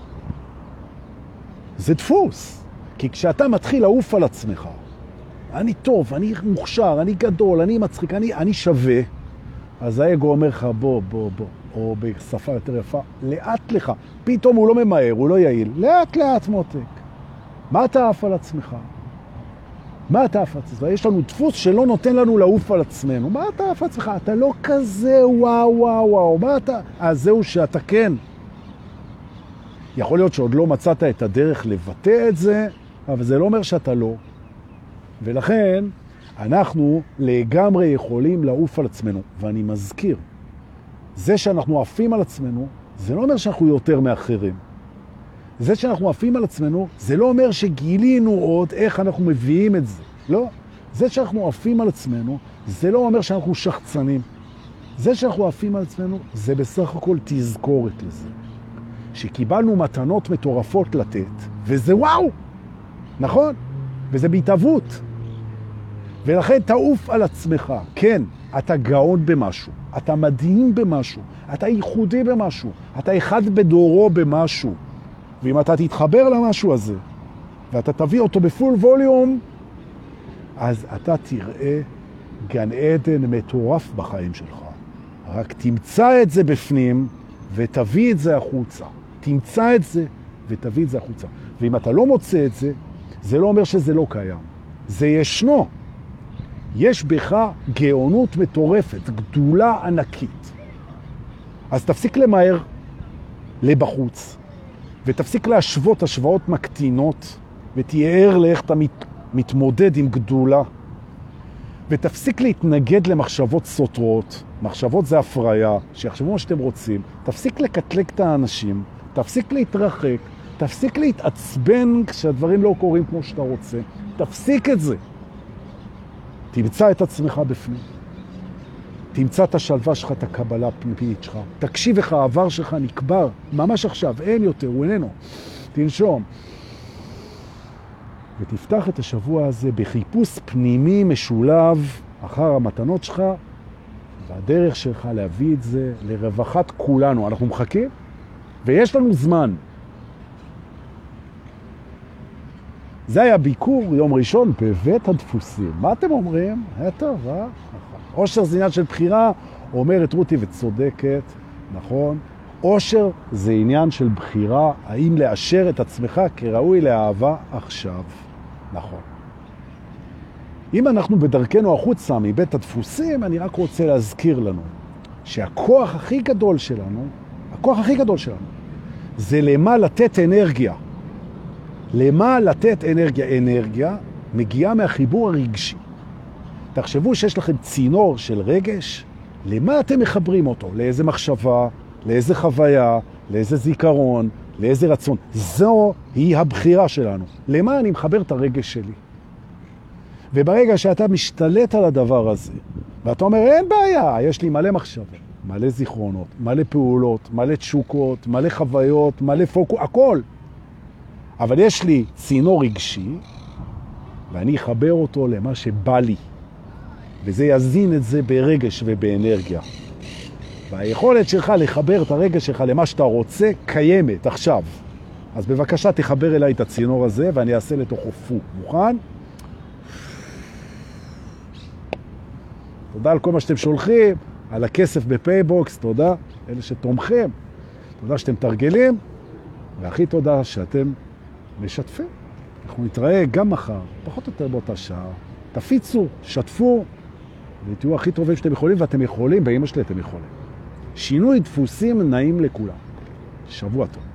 זה דפוס. כי כשאתה מתחיל לעוף על עצמך, אני טוב, אני מוכשר, אני גדול, אני מצחיק, אני שווה, אז האגו אומר לך בוא, או בשפה יותר יפה, לאט לך. פתאום הוא לא ממהר, הוא לא יעיל. לאט מותק. מה אתה עף על עצמך? מה אתה עף על עצמך? יש לנו דפוס שלא נותן לנו לעוף על עצמנו. מה אתה עף על עצמך? אתה לא כזה וואו. מה אתה? אז זהו שאתה כן. יכול להיות שעוד לא מצאת את הדרך לבטא את זה, אבל זה לא אומר שאתה לא. ולכן אנחנו לגמרי יכולים לעוף על עצמנו. ואני מזכיר, זה שאנחנו עפים על עצמנו, זה לא אומר שאנחנו יותר מאחרים. זה שאנחנו עפים על עצמנו, זה לא אומר שגילינו עוד איך אנחנו מביאים את זה. לא. זה שאנחנו עפים על עצמנו, זה לא אומר שאנחנו שחצנים. זה שאנחנו עפים על עצמנו, זה בסך הכל תזכורת לזה. שקיבלנו מתנות מטורפות לתת, וזה וואו! נכון? וזה בהתאבות. ולכן תעוף על עצמך. כן, אתה גאון במשהו, אתה מדהים במשהו, אתה ייחודי במשהו, אתה אחד בדורו במשהו. ואם אתה תתחבר למשהו הזה, ואתה תביא אותו בפול ווליום, אז אתה תראה גן עדן מטורף בחיים שלך. רק תמצא את זה בפנים ותביא את זה החוצה. תמצא את זה ותביא את זה החוצה. ואם אתה לא מוצא את זה, זה לא אומר שזה לא קיים. זה ישנו. יש בך גאונות מטורפת, גדולה ענקית. אז תפסיק למהר לבחוץ, ותפסיק להשוות השוואות מקטינות, ותהיה ער לאיך אתה מתמודד עם גדולה, ותפסיק להתנגד למחשבות סותרות. מחשבות זה הפריה, שיחשבו מה שאתם רוצים. תפסיק לקטלג את האנשים, תפסיק להתרחק, תפסיק להתעצבן כשהדברים לא קורים כמו שאתה רוצה. תפסיק את זה. תמצא את עצמך בפנים. תמצא את השלווה שלך, את הקבלה הפנימית שלך. תקשיב איך העבר שלך נקבר, ממש עכשיו, אין יותר, הוא איננו. תנשום. ותפתח את השבוע הזה בחיפוש פנימי משולב אחר המתנות שלך, והדרך שלך להביא את זה לרווחת כולנו. אנחנו מחכים, ויש לנו זמן. זה היה ביקור יום ראשון בבית הדפוסים. מה אתם אומרים? היה טוב, אה? אושר זה עניין של בחירה, אומרת רותי וצודקת, נכון? אושר זה עניין של בחירה, האם לאשר את עצמך כראוי לאהבה עכשיו. נכון. אם אנחנו בדרכנו החוצה מבית הדפוסים, אני רק רוצה להזכיר לנו שהכוח הכי גדול שלנו, זה למה לתת אנרגיה. למה לתת אנרגיה? אנרגיה מגיעה מהחיבור הרגשי. תחשבו שיש לכם צינור של רגש, למה אתם מחברים אותו? לאיזה מחשבה, לאיזה חוויה, לאיזה זיכרון, לאיזה רצון. זו היא הבחירה שלנו. למה אני מחבר את הרגש שלי? וברגע שאתה משתלט על הדבר הזה, ואתה אומר, אין בעיה, יש לי מלא מחשבות, מלא זיכרונות, מלא פעולות, מלא תשוקות, מלא חוויות, מלא פוקוס, הכל. אבל יש לי צינור רגשי, ואני אחבר אותו למה שבא לי. וזה יזין את זה ברגש ובאנרגיה. והיכולת שלך לחבר את הרגש שלך למה שאתה רוצה קיימת עכשיו. אז בבקשה תחבר אליי את הצינור הזה ואני אעשה לתוכו פו. מוכן? תודה על כל מה שאתם שולחים, על הכסף בפייבוקס, תודה. אלה שתומכים, תודה שאתם תרגלים, והכי תודה שאתם משתפים. אנחנו נתראה גם מחר, פחות או יותר באותה שעה. תפיצו, שתפו, ותהיו הכי טובים שאתם יכולים, ואתם יכולים, באמא שלי אתם יכולים. שינוי דפוסים נעים לכולם. שבוע טוב.